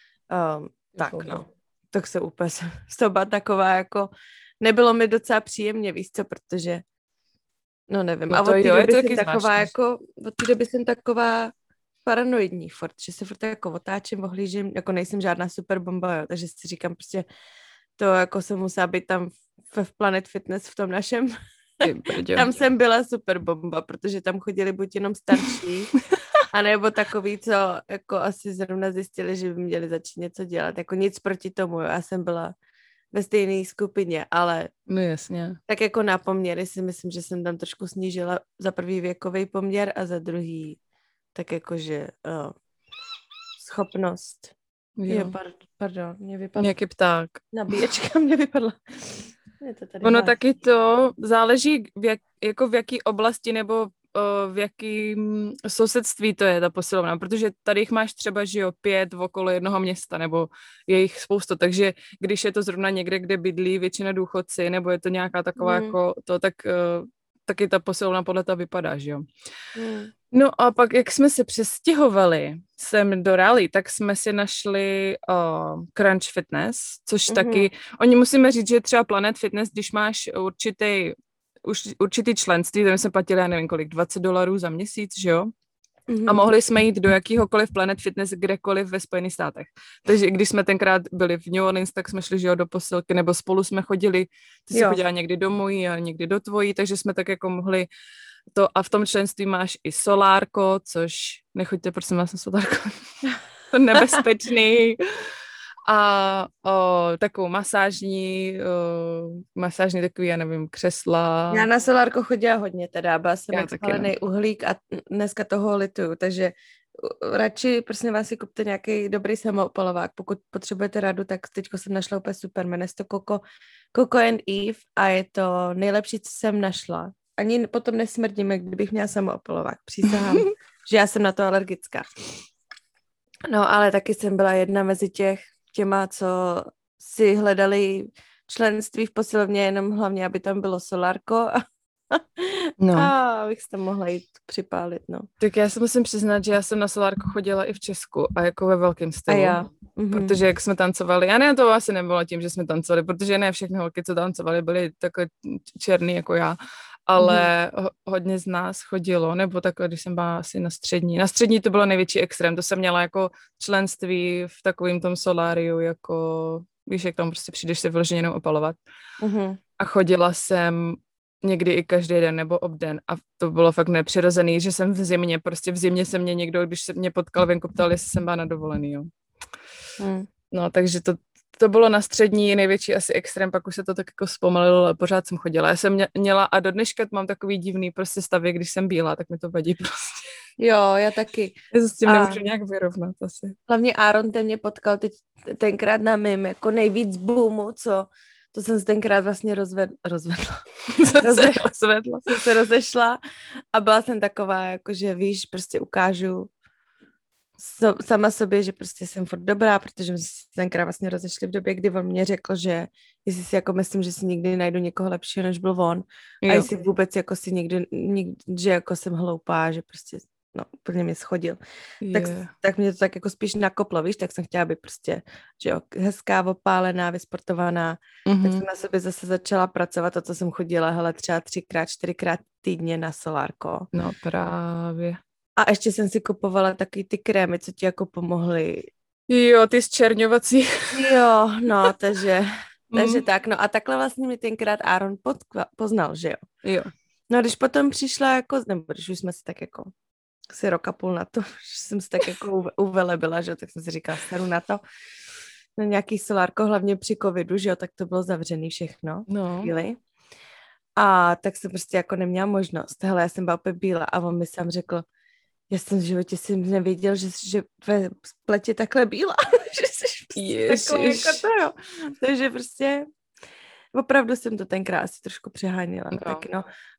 [SPEAKER 2] tak no. Tak se úplně z toho byla taková jako, nebylo mi docela příjemně, víš co, protože no nevím.
[SPEAKER 1] No
[SPEAKER 2] a
[SPEAKER 1] to
[SPEAKER 2] od té
[SPEAKER 1] jo, je to
[SPEAKER 2] doby
[SPEAKER 1] taky
[SPEAKER 2] jsem taková
[SPEAKER 1] zvláštní.
[SPEAKER 2] jako, od té doby jsem taková paranoidní furt, že se furt jako otáčím, ohlížím, jako nejsem žádná super bomba, jo, takže si říkám prostě, to jako jsem musela být tam v Planet Fitness v tom našem. Tam jsem byla super bomba, protože tam chodili buď jenom starší, anebo takový, co jako asi zrovna zjistili, že by měli začít něco dělat. Jako nic proti tomu, jo. Já jsem byla ve stejné skupině, ale
[SPEAKER 1] no jasně.
[SPEAKER 2] Tak jako na poměry si myslím, že jsem tam trošku snížila za prvý věkový poměr a za druhý tak jakože schopnost. Jo, pardon, mě vypadla.
[SPEAKER 1] Nějaký pták.
[SPEAKER 2] Nabíječka mě vypadla.
[SPEAKER 1] Ono taky to záleží, v jaký oblasti nebo v jakém sousedství to je ta posilovna, protože tady jich máš třeba, že jo, 5 okolo jednoho města, nebo je jich spoustu, takže když je to zrovna někde, kde bydlí většina důchodci, nebo je to nějaká taková jako to, tak taky ta posilovna podle toho vypadá, že jo. No a pak, jak jsme se přestěhovali sem do Raleigh, tak jsme si našli Crunch Fitness, což taky, oni musíme říct, že třeba Planet Fitness, když máš určitý členství, tam jsme platili, já nevím kolik, $20 za měsíc, že jo? A mohli jsme jít do jakýhokoliv Planet Fitness kdekoliv ve Spojených státech. Takže když jsme tenkrát byli v New Orleans, tak jsme šli, že jo, do posilky, nebo spolu jsme chodili, ty jsi chodila někdy do mojí a někdy do tvojí, takže jsme tak jako mohli to, a v tom členství máš i solárko, což nechoďte prosím vás na solárko, to nebezpečný. A takovou masážní takový, já nevím, křesla.
[SPEAKER 2] Já na solárko chodila hodně teda, byla jsem jak spálený uhlík a dneska toho lituju, takže radši prosím vás si kupte nějaký dobrý samoopalovák, pokud potřebujete radu, tak teďko jsem našla úplně super, jmenuje se to Coco and Eve a je to nejlepší, co jsem našla. Ani potom nesmrdím, jak kdybych měla samoopalovák, přísahám, že já jsem na to alergická. No ale taky jsem byla jedna mezi těma, co si hledali členství v posilovně jenom hlavně, aby tam bylo solárko a abych se tam mohla jít připálit, no.
[SPEAKER 1] Tak já se musím přiznat, že já jsem na solárko chodila i v Česku a jako ve velkém stylu.
[SPEAKER 2] A já.
[SPEAKER 1] Protože jak jsme tancovali, já ne, to asi nebylo tím, že jsme tancovali, protože ne všechny holky, co tancovali, byly takové černý jako já, ale hodně z nás chodilo, nebo takhle, když jsem byla asi na střední. Na střední to bylo největší extrém, to jsem měla jako členství v takovým tom soláriu, jako víš, jak tam prostě přijdeš se vyloženě jenom opalovat. A chodila jsem někdy i každý den nebo obden a to bylo fakt nepřirozený, že jsem v zimě, prostě v zimě se mě někdo, když se mě potkal venku, ptal, jestli jsem byla na dovolený, jo. No, takže to bylo na střední největší asi extrém, pak už se to tak jako zpomalilo, ale pořád jsem chodila. Já jsem měla a do dneška mám takový divný prostě stavy, když jsem bílá, tak mi to vadí prostě.
[SPEAKER 2] Jo, já taky.
[SPEAKER 1] Já se s tím nemůžu nějak vyrovnat asi.
[SPEAKER 2] Hlavně Aaron ten mě potkal tenkrát na mým jako nejvíc boomu, to jsem se tenkrát vlastně rozešla a byla jsem taková, jakože víš, prostě ukážu sama sobě, že prostě jsem furt dobrá, protože jsme se tenkrát vlastně rozešli v době, kdy on mě řekl, že jestli si jako myslím, že si nikdy najdu někoho lepšího, než byl on. Jo. A jestli vůbec jako si nikdy, že jako jsem hloupá, že prostě no, úplně mě schodil. Tak mě to tak jako spíš nakoplo, víš, tak jsem chtěla být prostě, že jo, hezká, opálená, vysportovaná, tak jsem na sobě zase začala pracovat a to jsem chodila, hele, třeba 3x, 4x týdně na solárko.
[SPEAKER 1] No právě.
[SPEAKER 2] A ještě jsem si kupovala taky ty krémy, co ti jako pomohly.
[SPEAKER 1] Jo, ty zčerňovací.
[SPEAKER 2] Jo, no, takže tak, no a takhle vlastně mi tenkrát Aaron poznal, že jo.
[SPEAKER 1] Jo.
[SPEAKER 2] No když potom přišla jako, nebo když už jsme si tak jako asi rok a půl na to, že jsem si tak jako uvelebila, že jo, tak jsem si říkala, seru na to, na nějaký solárko, hlavně při covidu, že jo, tak to bylo zavřený všechno.
[SPEAKER 1] No.
[SPEAKER 2] Chvíli. A tak jsem prostě jako neměla možnost. Hele, já jsem byla opět bílá a on mi sám řekl, já jsem v životě si nevěděl, že ve pleti takhle bílá, že jsi takhle jako to, jo. Takže prostě opravdu jsem to tenkrát asi trošku přeháněla. No. Tak no.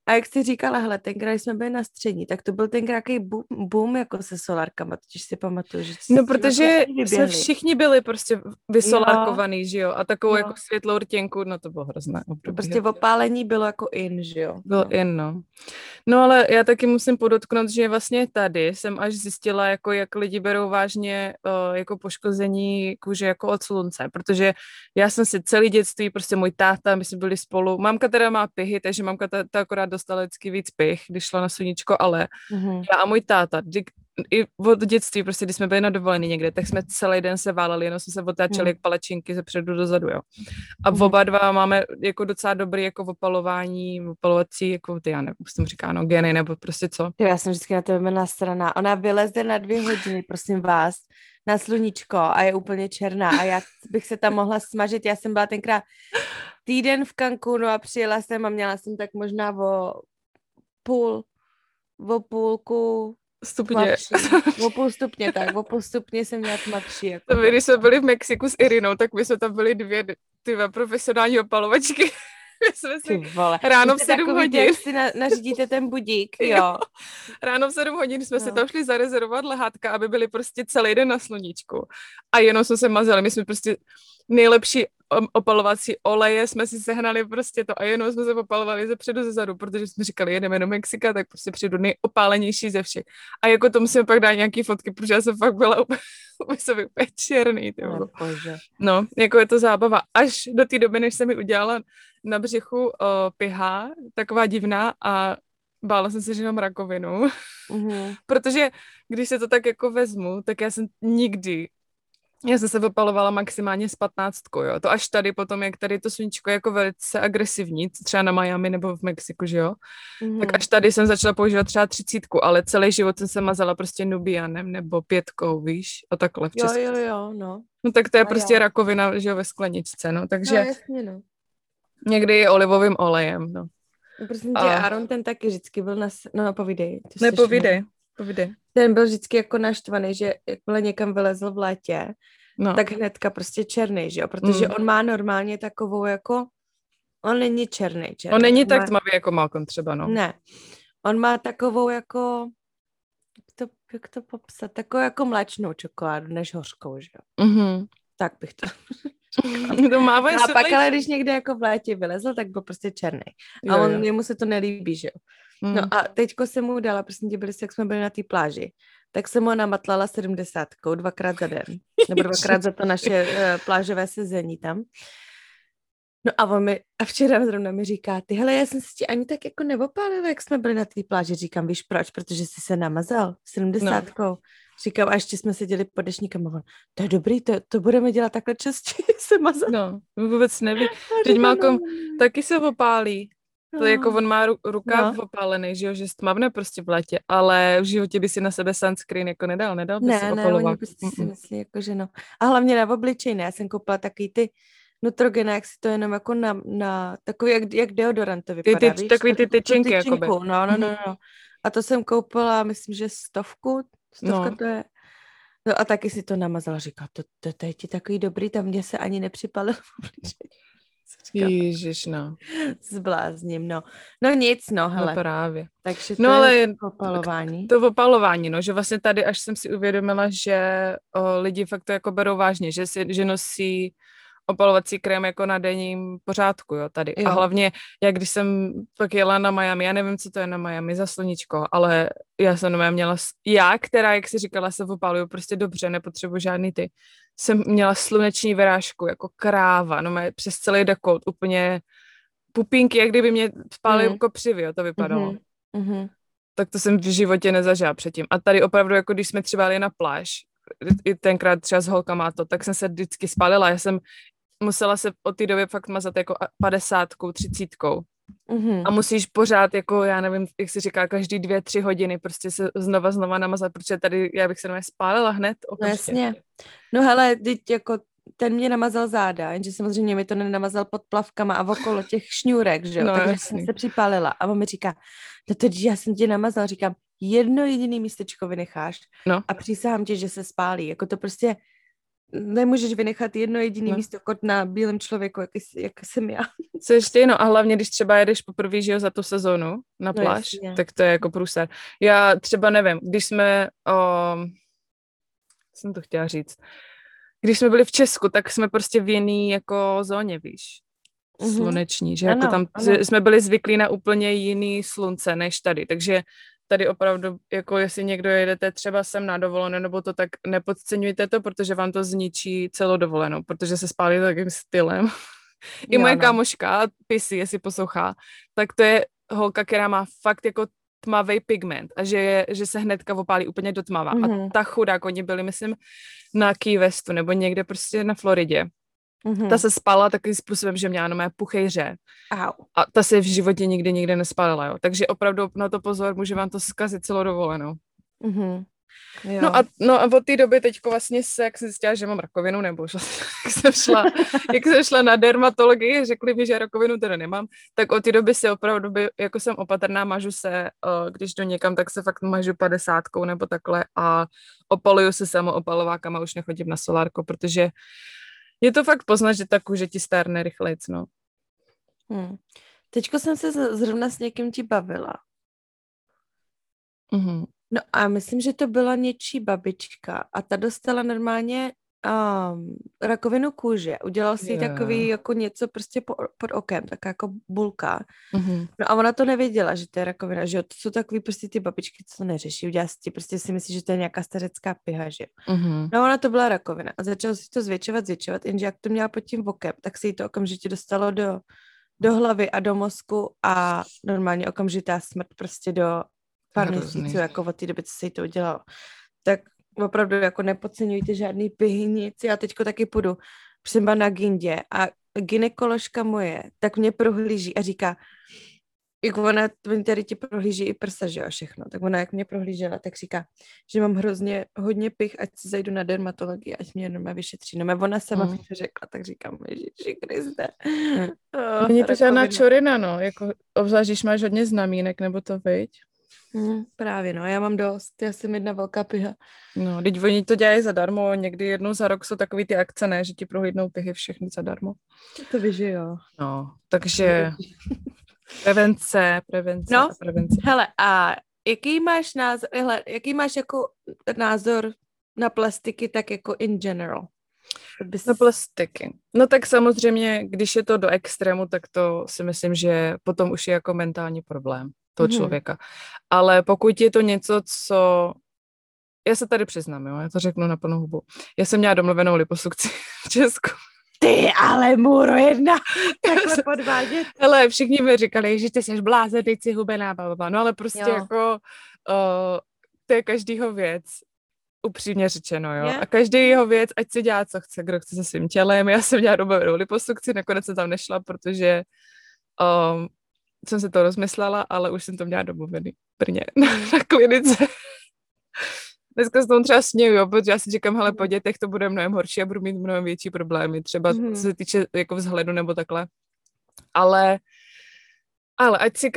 [SPEAKER 2] A jak jsi říkala, hele, tenkrát, když jsme byli na střední, tak to byl tenkrát jaký boom jako se solárkama, totiž si pamatuju, že
[SPEAKER 1] No,
[SPEAKER 2] s tím
[SPEAKER 1] protože jsme
[SPEAKER 2] vyběhli.
[SPEAKER 1] všichni byli prostě
[SPEAKER 2] Jo,
[SPEAKER 1] vysolárkovaný, že jo, a takovou jako
[SPEAKER 2] jo.
[SPEAKER 1] světlou rtěnku, no to bylo hrozné
[SPEAKER 2] To
[SPEAKER 1] období.
[SPEAKER 2] prostě v opálení bylo jako in, že jo.
[SPEAKER 1] Byl
[SPEAKER 2] No.
[SPEAKER 1] in, no. No ale já taky musím podotknout, že vlastně tady jsem až zjistila, jako jak lidi berou vážně jako poškození kůže jako od slunce, protože já jsem si celý dětství, prostě můj táta, my jsme byli spolu, mamka teda má pihy, takže mamka ta akorát dostala vždycky víc pich, když šla na sluníčko, ale
[SPEAKER 2] Mhm.
[SPEAKER 1] já a můj táta, i od dětství, prostě když jsme byli na dovolený někde, tak jsme celý den se váleli, jenom jsme se otáčeli jak palačinky ze předu dozadu, jo. A oba dva máme jako docela dobrý jako opalovací, jako ty, já nevím, jak se tomu říká, no, geny, nebo prostě co.
[SPEAKER 2] Já jsem vždycky na tebe nasraná. Ona vyleze na 2 hodiny, prosím vás, na sluníčko a je úplně černá a já bych se tam mohla smažit. Já jsem byla tenkrát týden v Cancúnu a přijela jsem a měla jsem tak možná o půlku
[SPEAKER 1] Stupně.
[SPEAKER 2] tmavší. O půl stupně, tak. O půl stupně jsem měla tmavší. Jako.
[SPEAKER 1] Když jsme byli v Mexiku s Irinou, tak my jsme tam byli ty profesionální opalovačky. My jsme si ráno v 7 hodin.
[SPEAKER 2] Jak si nařídíte ten budík, jo.
[SPEAKER 1] Ráno v 7 hodin jsme si tam šli zarezervovat lehátka, aby byli prostě celý den na sluníčku. A jenom jsme se mazali. My jsme prostě nejlepší opalovací oleje jsme si sehnali prostě to a jenom jsme se opalovali ze předu, ze zadu, protože jsme říkali, jedeme do Mexika, tak prostě přijdu nejopálenější ze všech. A jako to musíme pak dát nějaký fotky, protože já jsem fakt byla úplně černý. No, jako je to zábava. Až do té doby, než se mi udělala na břichu piha, taková divná a bála jsem se, že mám rakovinu.
[SPEAKER 2] Mm-hmm.
[SPEAKER 1] Protože když se to tak jako vezmu, tak já jsem se opalovala maximálně s 15, jo. To až tady potom, jak tady to sluníčko je jako velice agresivní, třeba na Miami nebo v Mexiku, že jo. Mm-hmm. Tak až tady jsem začala používat třeba 30, ale celý život jsem se mazala prostě Nubianem nebo 5, víš, a takhle v Česku.
[SPEAKER 2] Jo, no.
[SPEAKER 1] No tak to je prostě rakovina, že jo, ve skleničce, no. Takže
[SPEAKER 2] no, jasně, no.
[SPEAKER 1] někdy je olivovým olejem, no.
[SPEAKER 2] Prosím tě, Aaron ten taky vždycky byl no, povídej.
[SPEAKER 1] Povídej.
[SPEAKER 2] Ten byl vždycky jako naštvaný, že jakmile někam vylezl v létě, tak hnedka prostě černý, že jo, protože on má normálně takovou jako, on není černý.
[SPEAKER 1] On není tak tmavý jako Malcolm třeba, no.
[SPEAKER 2] Ne, on má takovou jako, jak to popsat, takovou jako mléčnou čokoládu, než hořkou, že jo.
[SPEAKER 1] Mm-hmm.
[SPEAKER 2] Tak bych to
[SPEAKER 1] to má
[SPEAKER 2] a pak ale když někde jako v létě vylezl, tak byl prostě černý. A jemu se to nelíbí, že jo. No a teďko jsem mu dala, prostě jak jsme byli na té pláži, tak jsem ho namatlala 70, 2krát za den. Nebo 2krát za to naše plážové sezení tam. No a včera zrovna mi říká, ty hele, já jsem se ti ani tak jako neopálila, jak jsme byli na té pláži. Říkám, víš proč? Protože jsi se namazal 70. No. Říkám, a ještě jsme seděli pod dešníkem a on, to je dobrý, to budeme dělat takhle častěji, se mazat.
[SPEAKER 1] No, vůbec neví. Teď Malcolm taky se opálí. To jako on má rukáv opálený, že jo, že stmavne prostě v létě, ale v životě by si na sebe sunscreen jako nedal by si opalovat.
[SPEAKER 2] Ne, oni prostě si myslí, jako že no. A hlavně na obličej, ne, já jsem koupila takový ty Neutrogena, jak si to jenom jako na takový, jak deodorant to vypadá, víš?
[SPEAKER 1] Takový ty tyčinky, jakoby.
[SPEAKER 2] No. A to jsem koupila, myslím, že 100, to je. No a taky si to namazala, říká, to je ti takový dobrý, tam mě se ani nepřipalil v obličej.
[SPEAKER 1] Ježiš, no.
[SPEAKER 2] Zblázním, no. No nic, no, hele.
[SPEAKER 1] No právě.
[SPEAKER 2] Takže to je opalování.
[SPEAKER 1] To opalování, no, že vlastně tady až jsem si uvědomila, že lidi fakt to jako berou vážně, že nosí opalovací krém jako na denním pořádku, jo, tady. Jo. A hlavně, jak když jsem pak jela na Miami, já nevím, co to je na Miami za sluníčko, ale já jsem měla, která, jak jsi říkala, se opaluju prostě dobře, nepotřebuji žádný jsem měla sluneční vyrážku, jako kráva, no přes celý dekolt, úplně pupínky, jak kdyby mě spálily jako přivy, jo, to vypadalo.
[SPEAKER 2] Mm-hmm.
[SPEAKER 1] Tak to jsem v životě nezažila předtím. A tady opravdu, jako když jsme třeba jeli na pláž, i tenkrát třeba s holkama tak jsem se vždycky spálila. Já jsem musela se od té doby fakt mazat jako 50, 30. Mm-hmm. A musíš pořád, jako já nevím, jak se říká, každý 2-3 hodiny prostě se znova namazat, protože tady já bych se na mě spálila hned.
[SPEAKER 2] No jasně. No hele, teď jako ten mě namazal záda, jenže samozřejmě mi to nenamazal pod plavkama a okolo těch šňůrek, že jo,
[SPEAKER 1] no,
[SPEAKER 2] takže jsem se připálila. A on mi říká, když já jsem tě namazal, říkám, jedno jediný místečko vynecháš a přísahám ti, že se spálí. Jako to prostě nemůžeš vynechat jedno jediné
[SPEAKER 1] No.
[SPEAKER 2] místo kot na bílém člověku, jak jsem já.
[SPEAKER 1] Co ještě jino, a hlavně, když třeba jedeš poprvé, že jo, za tu sezónu na
[SPEAKER 2] No
[SPEAKER 1] pláž,
[SPEAKER 2] jasně.
[SPEAKER 1] tak to je jako průser. Já třeba nevím, když jsme, jsem to chtěla říct, když jsme byli v Česku, tak jsme prostě v jiný jako zóně, víš, sluneční, že jako
[SPEAKER 2] Ano,
[SPEAKER 1] tam
[SPEAKER 2] ano.
[SPEAKER 1] jsme byli zvyklí na úplně jiný slunce než tady, takže tady opravdu, jako jestli někdo jedete třeba sem na dovolenou nebo to, tak nepodceňujte to, protože vám to zničí celou dovolenou, protože se spálí takým stylem. I moje kámoška, Pisy, jestli poslouchá, tak to je holka, která má fakt jako tmavý pigment a že se hnedka opálí úplně do tmava. A ta chudák, oni byli, myslím, na Key Westu nebo někde prostě na Floridě. Ta se spala takovým způsobem, že měla jenom puchejře. A ta se v životě nikdy nespálila, jo. Takže opravdu na to pozor, může vám to zkazit celou dovolenou.
[SPEAKER 2] Jo.
[SPEAKER 1] No a od té doby teďko vlastně jak jsem zjistila, že mám rakovinu, nebo jak jsem šla na dermatologii, řekli mi, že rakovinu teda nemám, tak od té doby si opravdu, jako jsem opatrná, mažu se, když jdu někam, tak se fakt mažu 50 nebo takhle a opaluju se samoopalovákama, už nechodím na solárko, protože je to fakt poznat, že ta kůže ti stárne rychlejc, no.
[SPEAKER 2] Teďko jsem se zrovna s někým ti bavila. No a myslím, že to byla něčí babička a ta dostala normálně rakovinu kůže. Udělal si takový jako něco prostě pod okem, taká jako bulka. No a ona to nevěděla, že to je rakovina, že jo. To jsou takový prostě ty babičky, co to neřeší. Udělá si prostě si myslí, že to je nějaká stařecká piha, že jo. No ona to byla rakovina a začala si to zvětšovat, jenže jak to měla pod tím okem, tak se jí to okamžitě dostalo do hlavy a do mozku a normálně okamžitá smrt prostě do pár měsíců, jako od té doby, co se jí to udělalo. Tak opravdu jako nepodceňujte žádný pihy, nic. Já teďko taky půjdu třeba na gindě a gynekoložka moje tak mě prohlíží a říká, jako ona tady ti prohlíží i prsa, že jo, všechno. Tak ona jak mě prohlížela, tak říká, že mám hrozně hodně pich, ať si zajdu na dermatologii, ať mě jenom vyšetří. No ona sama mi to řekla, tak říkám, Ježiši Kriste.
[SPEAKER 1] Není to žádná čorina, no, jako obzvlášť, když máš hodně znamínek, nebo to viď?
[SPEAKER 2] Právě, no, já mám dost, já jsem jedna velká piha.
[SPEAKER 1] No, teď oni to dělají zadarmo, někdy jednou za rok jsou takový ty akce, ne, že ti prohlídnou pihy všechny zadarmo.
[SPEAKER 2] To víš, že jo.
[SPEAKER 1] No, takže prevence.
[SPEAKER 2] Hele, a jaký máš jako názor na plastiky, tak jako in general?
[SPEAKER 1] Na plastiky. No tak samozřejmě, když je to do extrému, tak to si myslím, že potom už je jako mentální problém toho člověka. Ale pokud je to něco, co... Já se tady přiznám, jo, já to řeknu na plnou hubu. Já jsem měla domluvenou liposukci v Česku.
[SPEAKER 2] Ty ale můro jedna, takhle podvádět.
[SPEAKER 1] Hele, všichni mi říkali, že ty jsi blázen, teď si hubená, blablabla. No ale prostě jako to je každýho věc. Upřímně řečeno, jo. A každý jeho věc, ať si dělá, co chce, kdo chce se svým tělem. Já jsem dělala domluvenou liposukci, nakonec jsem tam nešla, protože jsem se to rozmyslela, ale už jsem to měla domluvený v Brně na klinice. Dneska se tomu třeba směju, jo, protože já si říkám, hele, po dětech to bude mnohem horší a budu mít mnohem větší problémy, třeba co se týče jako vzhledu nebo takhle. Ale ať si,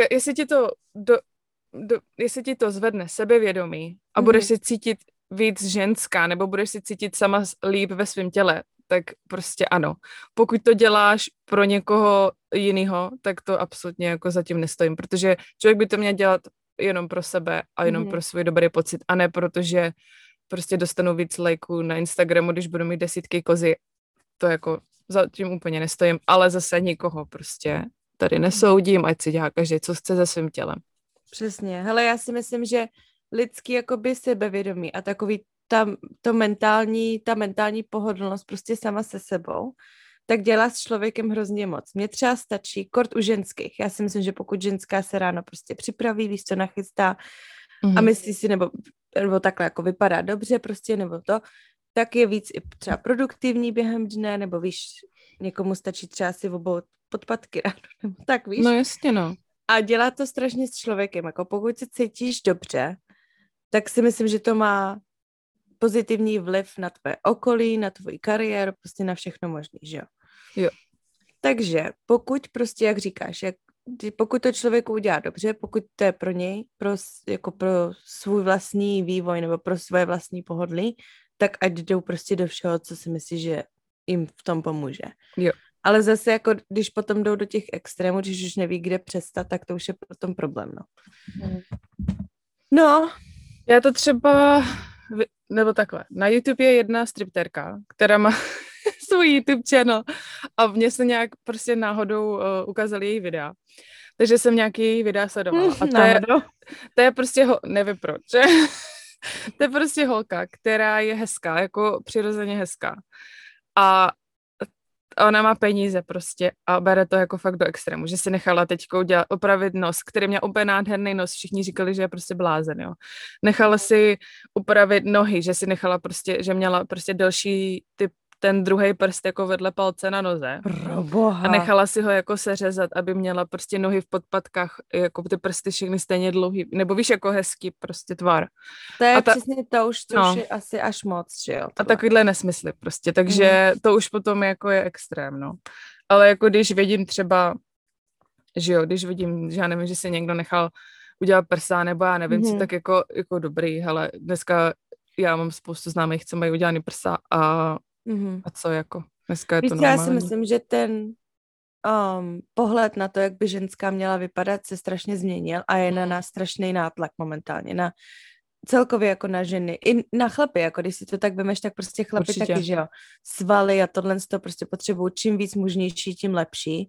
[SPEAKER 1] jestli ti to zvedne sebevědomí a budeš si cítit víc ženská, nebo budeš si cítit sama líp ve svém těle, tak prostě ano. Pokud to děláš pro někoho jiného, tak to absolutně jako zatím nestojím, protože člověk by to měl dělat jenom pro sebe a jenom pro svůj dobrý pocit a ne protože prostě dostanu víc lajků na Instagramu, když budu mít 10 kozy. To jako zatím úplně nestojím, ale zase nikoho prostě tady nesoudím, ať si dělá každý, co chce se svým tělem.
[SPEAKER 2] Přesně. Hele, já si myslím, že lidský jakoby sebevědomí a takový ta mentální pohodlnost prostě sama se sebou, tak dělá s člověkem hrozně moc. Mně třeba stačí, kort u ženských. Já si myslím, že pokud ženská se ráno prostě připraví, víš, co nachystá a myslí si, nebo takhle jako vypadá dobře prostě, nebo to, tak je víc i třeba produktivní během dne, nebo víš, někomu stačí třeba si obout podpatky ráno, nebo tak, víš.
[SPEAKER 1] No jasně, no.
[SPEAKER 2] A dělá to strašně s člověkem, jako pokud se cítíš dobře, tak si myslím, že to má pozitivní vliv na tvoje okolí, na tvoji kariéru, prostě na všechno možný, že jo?
[SPEAKER 1] Jo.
[SPEAKER 2] Takže pokud prostě, jak říkáš, pokud to člověku udělá dobře, pokud to je pro něj, jako pro svůj vlastní vývoj nebo pro svoje vlastní pohodlí, tak ať jdou prostě do všeho, co si myslí, že jim v tom pomůže.
[SPEAKER 1] Jo.
[SPEAKER 2] Ale zase jako, když potom jdou do těch extrémů, když už neví, kde přestat, tak to už je potom problém, no. No.
[SPEAKER 1] Já to třeba, nebo takhle, na YouTube je jedna stripterka, která má svůj YouTube channel a mně se nějak prostě náhodou ukázali její videa. Takže jsem nějaký její videa sledovala. A to je prostě, nevím proč, to je prostě holka, která je hezká, jako přirozeně hezká. A ona má peníze prostě a bere to jako fakt do extrému, že si nechala teďko opravit nos, který měl úplně nádherný nos, všichni říkali, že je prostě blázen, jo. Nechala si upravit nohy, že si nechala prostě, že měla prostě delší ten druhý prst jako vedle palce na noze.
[SPEAKER 2] Proboha.
[SPEAKER 1] A nechala si ho jako seřezat, aby měla prostě nohy v podpatkách, jako ty prsty všechny stejně dlouhý, nebo víš, jako hezký prostě tvar.
[SPEAKER 2] To je přesně to už, to už je asi až moc, že jo. Tohle.
[SPEAKER 1] A takovýhle nesmysly prostě, takže to už potom jako je extrém, no. Ale jako když vidím třeba, že jo, když vidím, že já nevím, že si někdo nechal udělat prsa, nebo já nevím, co, tak jako dobrý, hele, dneska já mám spoustu známých, co mají udělaný prsa a co jako, dneska je to normální.
[SPEAKER 2] Já si myslím, že ten pohled na to, jak by ženská měla vypadat, se strašně změnil a je na nás strašný nátlak momentálně, na celkově jako na ženy, i na chlapy, jako když si to tak vemeš, tak prostě chlapy určitě. Taky, že jo, svaly a tohle to prostě potřebují, čím víc mužnější, tím lepší.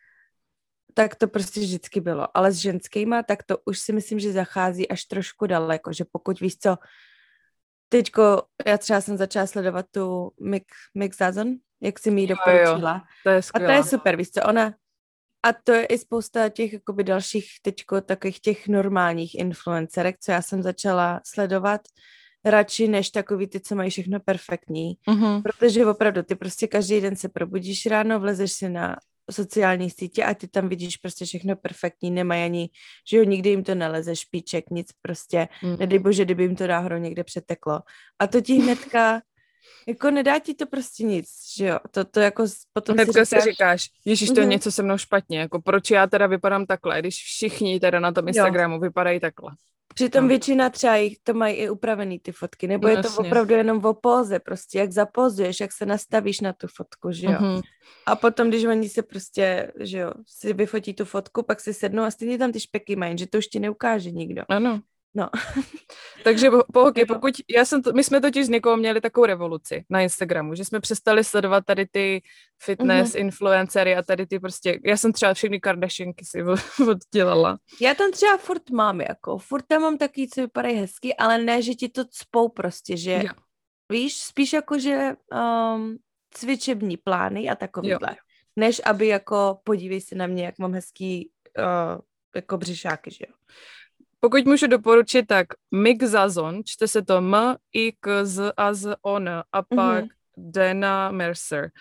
[SPEAKER 2] Tak to prostě vždycky bylo, ale s ženskýma, tak to už si myslím, že zachází až trošku daleko, že pokud víš co, teďko já třeba jsem začala sledovat tu Mick Zazon, jak si mi ji doporučila.
[SPEAKER 1] Jo, to je skvělá.
[SPEAKER 2] A to je super, víš co, ona, a to je i spousta těch jakoby dalších teďko takových těch normálních influencerek, co já jsem začala sledovat, radši než takový ty, co mají všechno perfektní, protože opravdu ty prostě každý den se probudíš ráno, vlezeš si na sociální sítě a ty tam vidíš prostě všechno perfektní, nemají ani, že jo, nikdy jim to neleze, špiček, nic prostě, nedej bože, kdyby jim to náhodou někde přeteklo. A to ti hnedka, jako nedá ti to prostě nic, že jo, to jako potom
[SPEAKER 1] hnedka si říkáš, ježiš, to je něco se mnou špatně, jako proč já teda vypadám takhle, když všichni teda na tom Instagramu vypadají takhle.
[SPEAKER 2] Přitom většina třeba jich to mají i upravený ty fotky, nebo je to opravdu jenom o póze, prostě jak zapózuješ, jak se nastavíš na tu fotku, že jo. A potom, když oni se prostě, že jo, si vyfotí tu fotku, pak si sednou a stejně tam ty špeky mají, že to už ti neukáže nikdo.
[SPEAKER 1] Ano.
[SPEAKER 2] No.
[SPEAKER 1] Takže pokud, my jsme totiž s Nikou měli takovou revoluci na Instagramu, že jsme přestali sledovat tady ty fitness influencery a tady ty prostě, já jsem třeba všechny Kardashianky si oddělala.
[SPEAKER 2] Já tam třeba furt mám, jako, furt tam mám taky, co vypadají hezky, ale ne, že ti to cpou prostě, že jo. Víš, spíš jako, že cvičební plány a takovýhle, než aby jako podívej se na mě, jak mám hezký jako břišáky, že jo.
[SPEAKER 1] Pokud můžu doporučit, tak Mick Zazon, čte se to M-I-K-Z-A-Z-O-N a pak Dana Mercer.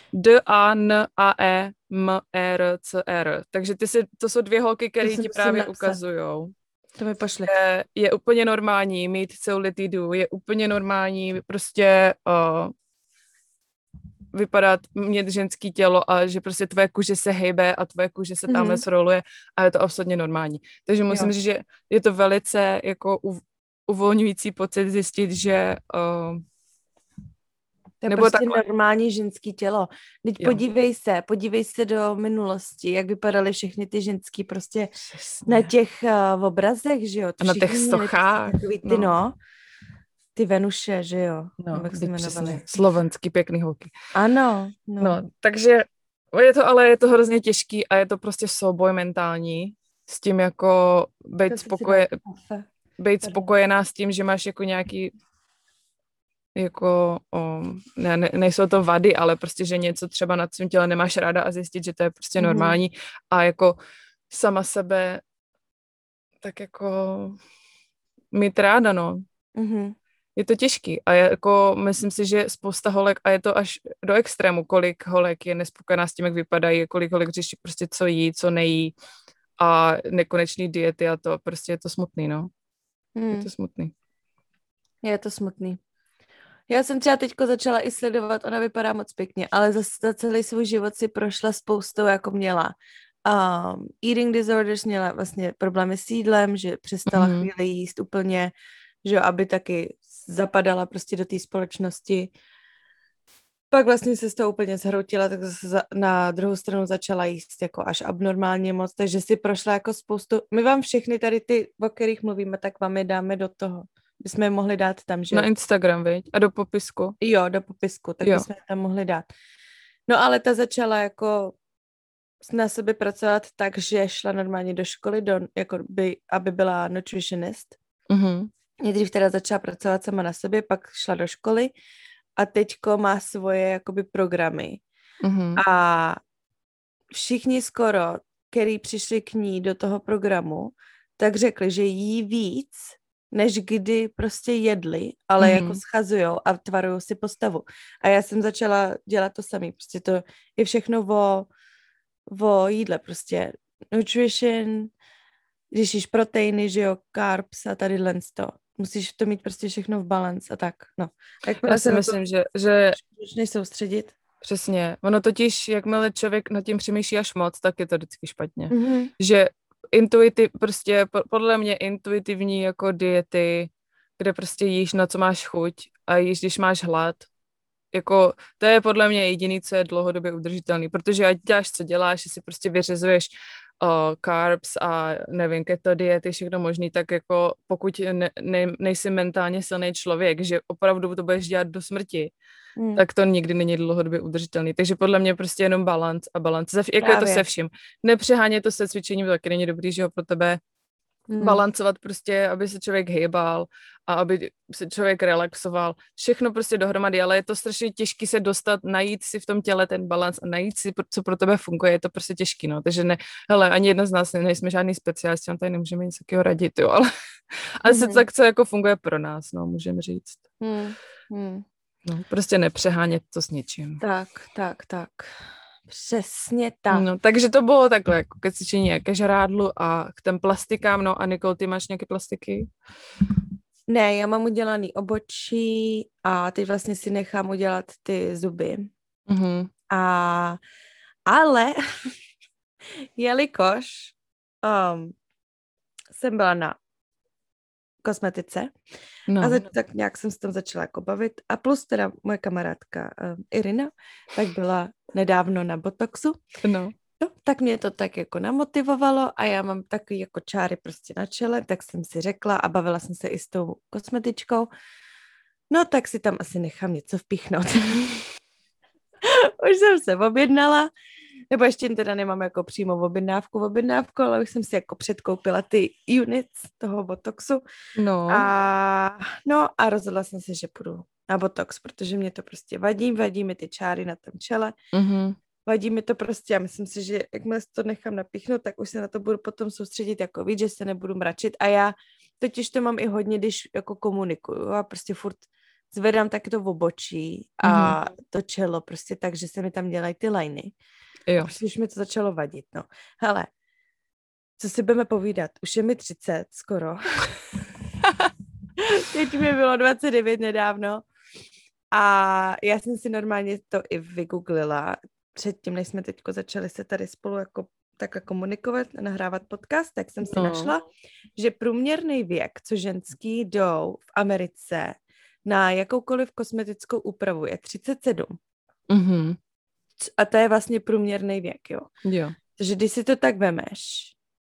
[SPEAKER 1] D-A-N-A-E-M-R-C-R. Takže to jsou dvě holky, které ti právě ukazujou.
[SPEAKER 2] To mi pošli.
[SPEAKER 1] Je úplně normální mít ceulitidu, je úplně normální prostě vypadat, mít ženský tělo a že prostě tvoje kůže se hejbe a tvoje kůže se tamhle sroluje a je to absolutně normální. Takže musím říct, že je to velice jako uvolňující pocit zjistit, že
[SPEAKER 2] to je prostě normální ženský tělo. Teď podívej se do minulosti, jak vypadaly všechny ty ženský prostě na těch obrazech, že jo?
[SPEAKER 1] A na těch stochách.
[SPEAKER 2] Ty Venuše, že jo?
[SPEAKER 1] No, slovenský pěkný holky.
[SPEAKER 2] Ano.
[SPEAKER 1] No, takže je to hrozně těžký a je to prostě souboj mentální s tím jako být spokojená s tím, že máš jako nějaký jako, nejsou to vady, ale prostě, že něco třeba na svém těle nemáš ráda a zjistit, že to je prostě normální a jako sama sebe tak jako mít ráda, no. Je to těžký a jako myslím si, že spousta holek, a je to až do extrému, kolik holek je nespokojená s tím, jak vypadají, kolik holek řeší prostě co jí, co nejí a nekonečný diety a to prostě je to smutný, no. Je to smutný.
[SPEAKER 2] Je to smutný. Já jsem třeba teďko začala i sledovat, ona vypadá moc pěkně, ale za celý svůj život si prošla spoustou, jako měla. Eating disorders, měla vlastně problémy s jídlem, že přestala chvíli jíst úplně, že aby taky zapadala prostě do té společnosti. Pak vlastně se z toho úplně zhroutila, tak zase na druhou stranu začala jíst jako až abnormálně moc, takže si prošla jako spoustu. My vám všechny tady ty, o kterých mluvíme, tak vám je dáme do toho. Bychom je mohli dát tam, že
[SPEAKER 1] Na
[SPEAKER 2] jo?
[SPEAKER 1] Instagram, viď? A do popisku.
[SPEAKER 2] Jo, do popisku, tak bychom je tam mohli dát. No ale ta začala jako na sebe pracovat tak, že šla normálně do školy, aby byla nutritionist.
[SPEAKER 1] Mhm.
[SPEAKER 2] Nejdřív teda začala pracovat sama na sobě, pak šla do školy a teďko má svoje jakoby programy.
[SPEAKER 1] Mhm.
[SPEAKER 2] A všichni skoro, který přišli k ní do toho programu, tak řekli, že jí víc, než kdy prostě jedli, ale jako schazujou a tvarujou si postavu. A já jsem začala dělat to samý. Prostě to je všechno o jídle prostě. Nutrition, když jíš proteiny, že jo, carbs a tady to. Musíš to mít prostě všechno v balance a tak, no.
[SPEAKER 1] Já si myslím, že
[SPEAKER 2] než soustředit.
[SPEAKER 1] přesně. Ono totiž, jakmile člověk nad tím přemýšlí až moc, tak je to vždycky špatně.
[SPEAKER 2] Mm-hmm.
[SPEAKER 1] Že prostě podle mě intuitivní jako diety, kde prostě jíš, na co máš chuť a jíš, když máš hlad, jako to je podle mě jediný, co je dlouhodobě udržitelný, protože ať děláš, co děláš, jestli prostě vyřezuješ carbs a nevím, keto diety, všechno možný, tak jako pokud nejsi mentálně silný člověk, že opravdu to budeš dělat do smrti, tak to nikdy není dlouhodobě udržitelný. Takže podle mě prostě jenom balans a balans. Jako je to se vším. Nepřehánět to se cvičením, to taky není dobrý, že ho pro tebe balancovat prostě, aby se člověk hejbal a aby se člověk relaxoval. Všechno prostě dohromady, ale je to strašně těžké se dostat, najít si v tom těle ten balans a najít si, co pro tebe funguje, je to prostě těžký, no. Takže ne, hele, ani jedna z nás nejsme žádný specialisti, tady nemůžeme nic takového radit, jo, ale se tak, co jako funguje pro nás, no, můžeme říct. No, prostě nepřehánět to s ničím.
[SPEAKER 2] Tak. Přesně tak.
[SPEAKER 1] No, takže to bylo takhle, jako ke cvičení ke žrádlu a k těm plastikám, no a Nikol, ty máš nějaké plastiky?
[SPEAKER 2] Ne, já mám udělaný obočí a teď vlastně si nechám udělat ty zuby.
[SPEAKER 1] Mm-hmm.
[SPEAKER 2] Ale jelikož jsem byla na kosmetice a tak nějak jsem se tam začala jako bavit a plus teda moje kamarádka Irina, tak byla nedávno na botoxu. No, tak mě to tak jako namotivovalo a já mám takový jako čáry prostě na čele, tak jsem si řekla a bavila jsem se i s tou kosmetičkou, no tak si tam asi nechám něco vpíchnout. Už jsem se objednala, nebo ještě teda nemám jako přímo objednávku, ale už jsem si jako předkoupila ty units toho botoxu. A rozhodla jsem se, že půjdu na botox, protože mě to prostě vadí mi ty čáry na tom čele.
[SPEAKER 1] Mm-hmm.
[SPEAKER 2] Vadí mi to prostě a myslím si, že jakmile to nechám napíchnout, tak už se na to budu potom soustředit jako víc, že se nebudu mračit a já totiž to mám i hodně, když jako komunikuju a prostě furt zvedám taky to v obočí a to čelo prostě tak, že se mi tam dělají ty liny. Jo. Prostě už mi to začalo vadit, no. Hele, co si budeme povídat? Už je mi 30 skoro. Teď mi bylo 29 nedávno a já jsem si normálně to i vygooglila předtím, než jsme teďko začali se tady spolu jako takhle komunikovat a nahrávat podcast, tak jsem si našla, že průměrný věk, co ženský jdou v Americe na jakoukoliv kosmetickou úpravu je 37.
[SPEAKER 1] Mm-hmm.
[SPEAKER 2] A to je vlastně průměrný věk, jo. Takže když si to tak vemeš,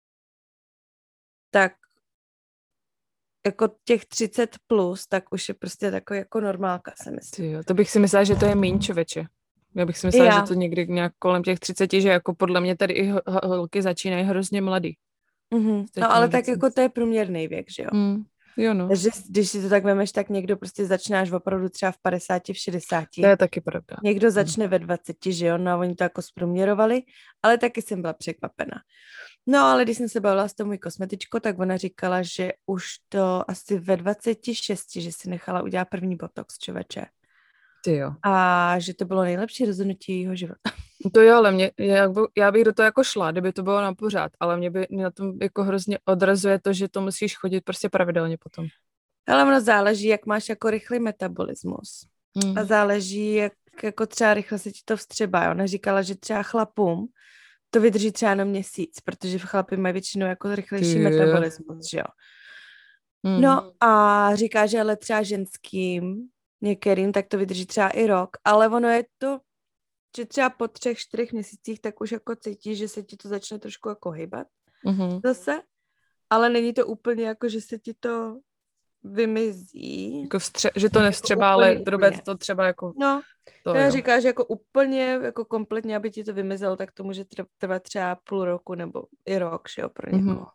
[SPEAKER 2] tak jako těch 30 plus, tak už je prostě takový jako normálka, se myslím.
[SPEAKER 1] Jo, to bych si myslela, že to je míň, člověče. Já bych si myslela, že to někdy nějak kolem těch 30, že jako podle mě tady i holky začínají hrozně mladý.
[SPEAKER 2] Mm-hmm. No ale tak jako to je průměrný věk, že jo?
[SPEAKER 1] Jo, no.
[SPEAKER 2] Takže když si to tak vemeš, tak někdo prostě začne až opravdu třeba v 50, v 60.
[SPEAKER 1] To je taky pravda.
[SPEAKER 2] Někdo začne ve 20, že jo? No a oni to jako zprůměrovali, ale taky jsem byla překvapena. No ale když jsem se bavila s tou mojí kosmetičkou, tak ona říkala, že už to asi ve 26, že si nechala udělat první botox, člověče.
[SPEAKER 1] Ty jo.
[SPEAKER 2] A že to bylo nejlepší rozhodnutí jeho života.
[SPEAKER 1] To jo, ale já bych do toho jako šla, kdyby to bylo na pořád, ale mě na tom jako hrozně odrazuje to, že to musíš chodit prostě pravidelně potom.
[SPEAKER 2] Ale ono záleží, jak máš jako rychlý metabolismus. A záleží, jak jako třeba rychle se ti to vstřebá. Ona říkala, že třeba chlapům to vydrží třeba na měsíc, protože chlapi mají většinou jako rychlejší metabolismus, že jo. No a říká, že ale třeba ženským, některým, tak to vydrží třeba i rok, ale ono je to, že třeba po 3-4 měsících tak už jako cítíš, že se ti to začne trošku jako hýbat zase, ale není to úplně jako, že se ti to vymizí.
[SPEAKER 1] Jako že to nevstřebá,
[SPEAKER 2] jako
[SPEAKER 1] ale
[SPEAKER 2] úplně.
[SPEAKER 1] to třeba jako...
[SPEAKER 2] No,
[SPEAKER 1] to
[SPEAKER 2] říká, že jako úplně, jako kompletně, aby ti to vymizelo, tak to může trvat třeba půl roku nebo i rok, že jo, pro někoho.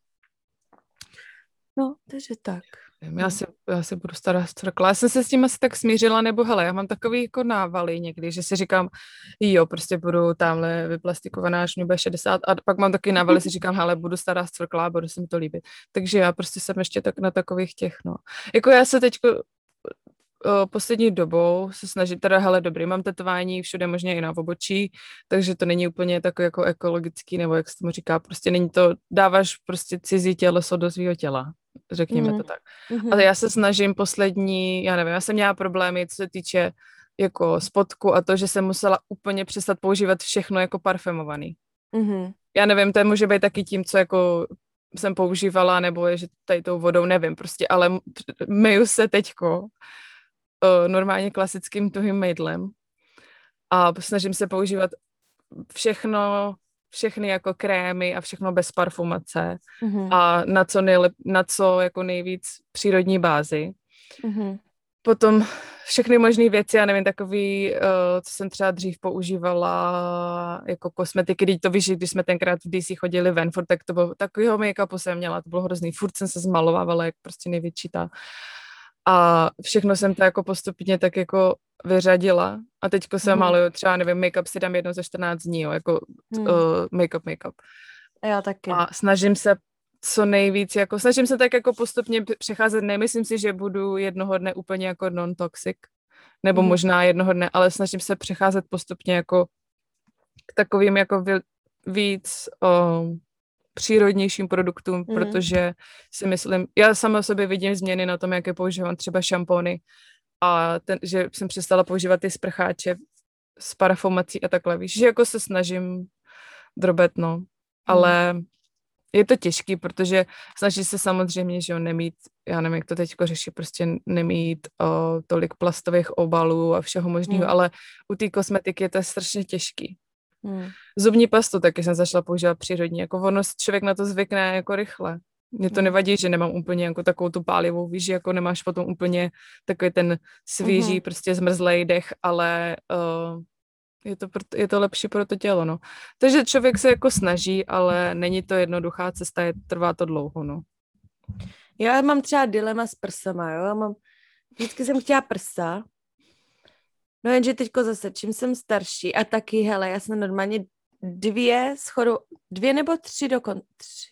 [SPEAKER 2] No, takže tak.
[SPEAKER 1] Já si budu stará zcrkla. Já jsem se s tím asi tak smířila, nebo hele, já mám takový jako návaly někdy, že si říkám, jo, prostě budu tamhle vyplastikovaná, až mě bude 60 a pak mám taky návaly, si říkám, hele, budu stará zcrkla, bude se mi to líbit. Takže já prostě jsem ještě tak na takových těch, no. Jako já se teďko poslední dobou se snažím, teda hele, dobrý, mám tetování všude možně i na obočí, takže to není úplně takový jako ekologický, nebo jak se tomu říká, prostě není to, dáváš prostě cizí těleso do svého těla, řekněme to tak. Ale já se snažím poslední, já nevím, já jsem měla problémy, co se týče jako spodku a to, že jsem musela úplně přestat používat všechno jako parfümovaný. Já nevím, to může být taky tím, co jako jsem používala, nebo je, že tady tou vodou, nevím, prostě, ale myju se teďko normálně klasickým tuhým mejdlem a snažím se používat všechny jako krémy a všechno bez parfumace a na co jako nejvíc přírodní bázi. Potom všechny možné věci, já nevím, takový, co jsem třeba dřív používala jako kosmetiky, když to víš, když jsme tenkrát v DC chodili ven, tak to bylo takovýho make-upu jsem měla, to bylo hrozný, furt jsem se zmalovávala, jak prostě největší ta. A všechno jsem to jako postupně tak jako vyřadila a teďko se maluju třeba, nevím, make-up si dám jednou za 14 dní, jo, jako make-up.
[SPEAKER 2] A já taky.
[SPEAKER 1] A snažím se co nejvíc, jako snažím se tak jako postupně přecházet, nemyslím si, že budu jednoho dne úplně jako non-toxic, nebo možná jednoho dne, ale snažím se přecházet postupně jako k takovým jako víc přírodnějším produktům, protože si myslím, já sama o sobě vidím změny na tom, jaké používám třeba šampony a že jsem přestala používat ty sprcháče s parafumací a takhle, víš, že jako se snažím drobet, no, ale je to těžký, protože snaží se samozřejmě, že jo, nemít, já nevím, jak to teďko řeší, prostě nemít tolik plastových obalů a všeho možného, ale u té kosmetiky je to strašně těžký. Zubní pastu taky jsem začala používat přírodní, jako ono člověk na to zvykne jako rychle. Mně to nevadí, že nemám úplně jako takovou tu pálivou, víš, že jako nemáš potom úplně takový ten svěží, prostě zmrzlej dech, ale je to lepší pro to tělo, no. Takže člověk se jako snaží, ale není to jednoduchá cesta, trvá to dlouho, no.
[SPEAKER 2] Já mám třeba dilema s prsama, jo, vždycky jsem chtěla prsa, no jenže teďko zase, čím jsem starší a taky, hele, já jsem normálně dvě nebo tři dokonce,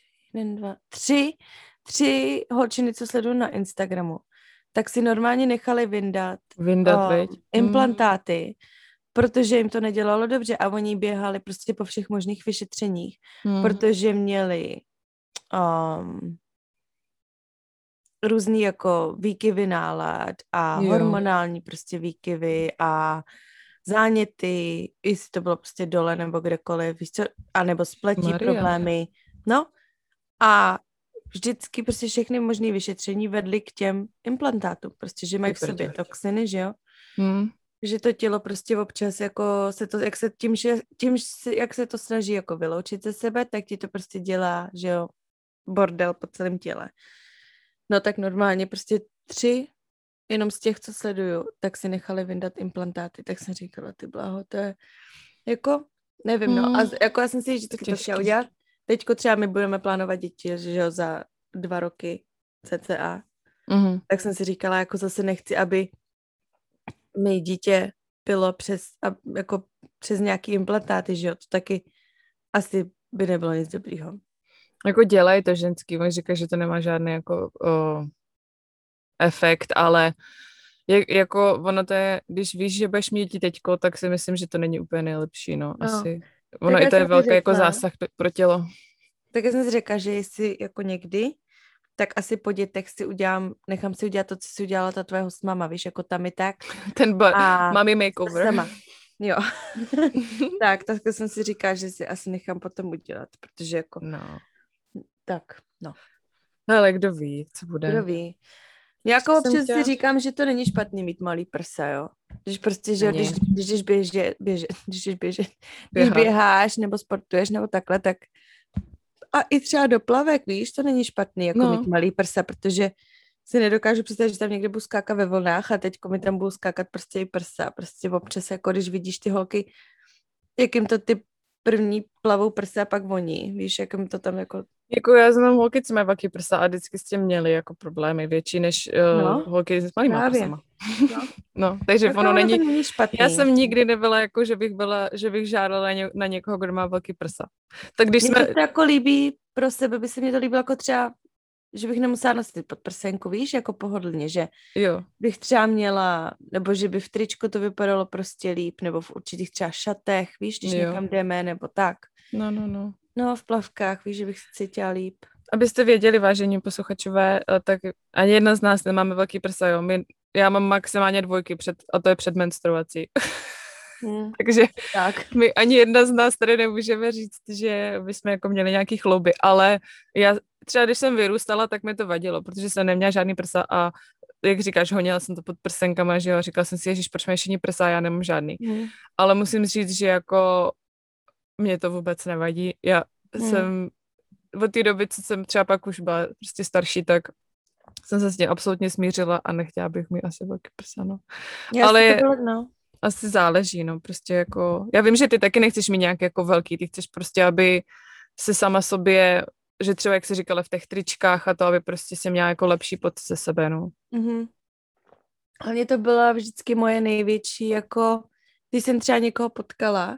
[SPEAKER 2] tři holčiny, co sleduju na Instagramu, tak si normálně nechali vyndat implantáty, protože jim to nedělalo dobře a oni běhali prostě po všech možných vyšetřeních, protože měli různý jako výkyvy nálad a hormonální prostě výkyvy a záněty, jestli to bylo prostě dole nebo kdekoliv, víš co, anebo spletí problémy, no a vždycky prostě všechny možné vyšetření vedly k těm implantátům, prostě, že mají v sobě toxiny, že jo, že to tělo prostě občas jako se to, jak se to snaží jako vyloučit ze sebe, tak ti to prostě dělá, že jo, bordel po celém těle. No tak normálně prostě 3 jenom z těch, co sleduju, tak si nechali vyndat implantáty, tak jsem říkala, ty bláho, to je jako, nevím, no, a jako já jsem si vždycky to chtěla udělat. Teďko třeba my budeme plánovat děti, že jo, za 2 roky cca, tak jsem si říkala, jako zase nechci, aby mi dítě bylo přes nějaký implantáty, že jo, to taky asi by nebylo nic dobrýho.
[SPEAKER 1] Jako dělají to ženský, on říká, že to nemá žádný jako efekt, ale jako ono to je, když víš, že budeš mít děti teďko, tak si myslím, že to není úplně nejlepší, no, asi. Ono tak i to je velký jako zásah pro tělo.
[SPEAKER 2] Tak já jsem si řekla, že jestli jako někdy, tak asi po dětech nechám si udělat to, co si udělala ta tvoje mama, víš, jako tam i tak.
[SPEAKER 1] Ten mami makeover.
[SPEAKER 2] Sama. Jo. tak jsem si říkala, že si asi nechám potom udělat, protože jako...
[SPEAKER 1] No.
[SPEAKER 2] Tak, no.
[SPEAKER 1] Hele, kdo ví, co bude.
[SPEAKER 2] Kdo ví. Já jako občas si říkám, že to není špatný mít malý prsa, jo. Když prostě, že když běháš nebo sportuješ nebo takhle, tak a i třeba do plavek, víš, to není špatný, jako mít malý prsa, protože si nedokážu představit, že tam někde budu skákat ve vlnách a teďko mi tam budu skákat prostě i prsa. Prostě občas, jako když vidíš ty holky, jak jim to ty první plavou prsa a pak voní, víš, jak jim to tam jako...
[SPEAKER 1] Jako já znám holky, co mají velký prsa a vždycky s tím měli jako problémy větší než holky s malýma prsama. No, takže
[SPEAKER 2] jako
[SPEAKER 1] ono není
[SPEAKER 2] špatný.
[SPEAKER 1] Já jsem nikdy nebyla jako, že bych žádala na někoho, kdo má velký prsa. Tak když
[SPEAKER 2] Mně to jako líbí, pro sebe by se mě to líbilo jako třeba, že bych nemusela nosit podprsenku, víš, jako pohodlně, že bych třeba měla, nebo že by v tričku to vypadalo prostě líp, nebo v určitých třeba šatech, víš, když někam jdeme, nebo tak. No, v plavkách, víš, že bych se cítila líp.
[SPEAKER 1] Abyste věděli, vážení posluchačové, tak ani jedna z nás nemáme velký prsa, jo. Já mám maximálně 2 a to je před menstruací. Takže my ani jedna z nás tady nemůžeme říct, že bychom jako měli nějaký chlouby, ale já třeba, když jsem vyrůstala, tak mi to vadilo, protože jsem neměla žádný prsa a jak říkáš, honila jsem to pod prsenkama, že jo, říkala jsem si, ježiš, proč mají všichni prsa, já nemám žádný. Ale musím říct, že jako mě to vůbec nevadí. Já jsem od té doby, co jsem třeba pak už byla prostě starší, tak jsem se s tím absolutně smířila a nechtěla bych mít asi velký prsa, no. Ale asi záleží, no, prostě jako, já vím, že ty taky nechceš mít nějak jako velký, ty chceš prostě, aby se sama sobě, že třeba, jak jsi říkala, v těch tričkách a to, aby prostě si měla jako lepší pocit ze sebe, no.
[SPEAKER 2] Hlavně to byla vždycky moje největší, jako, když jsem třeba někoho potkala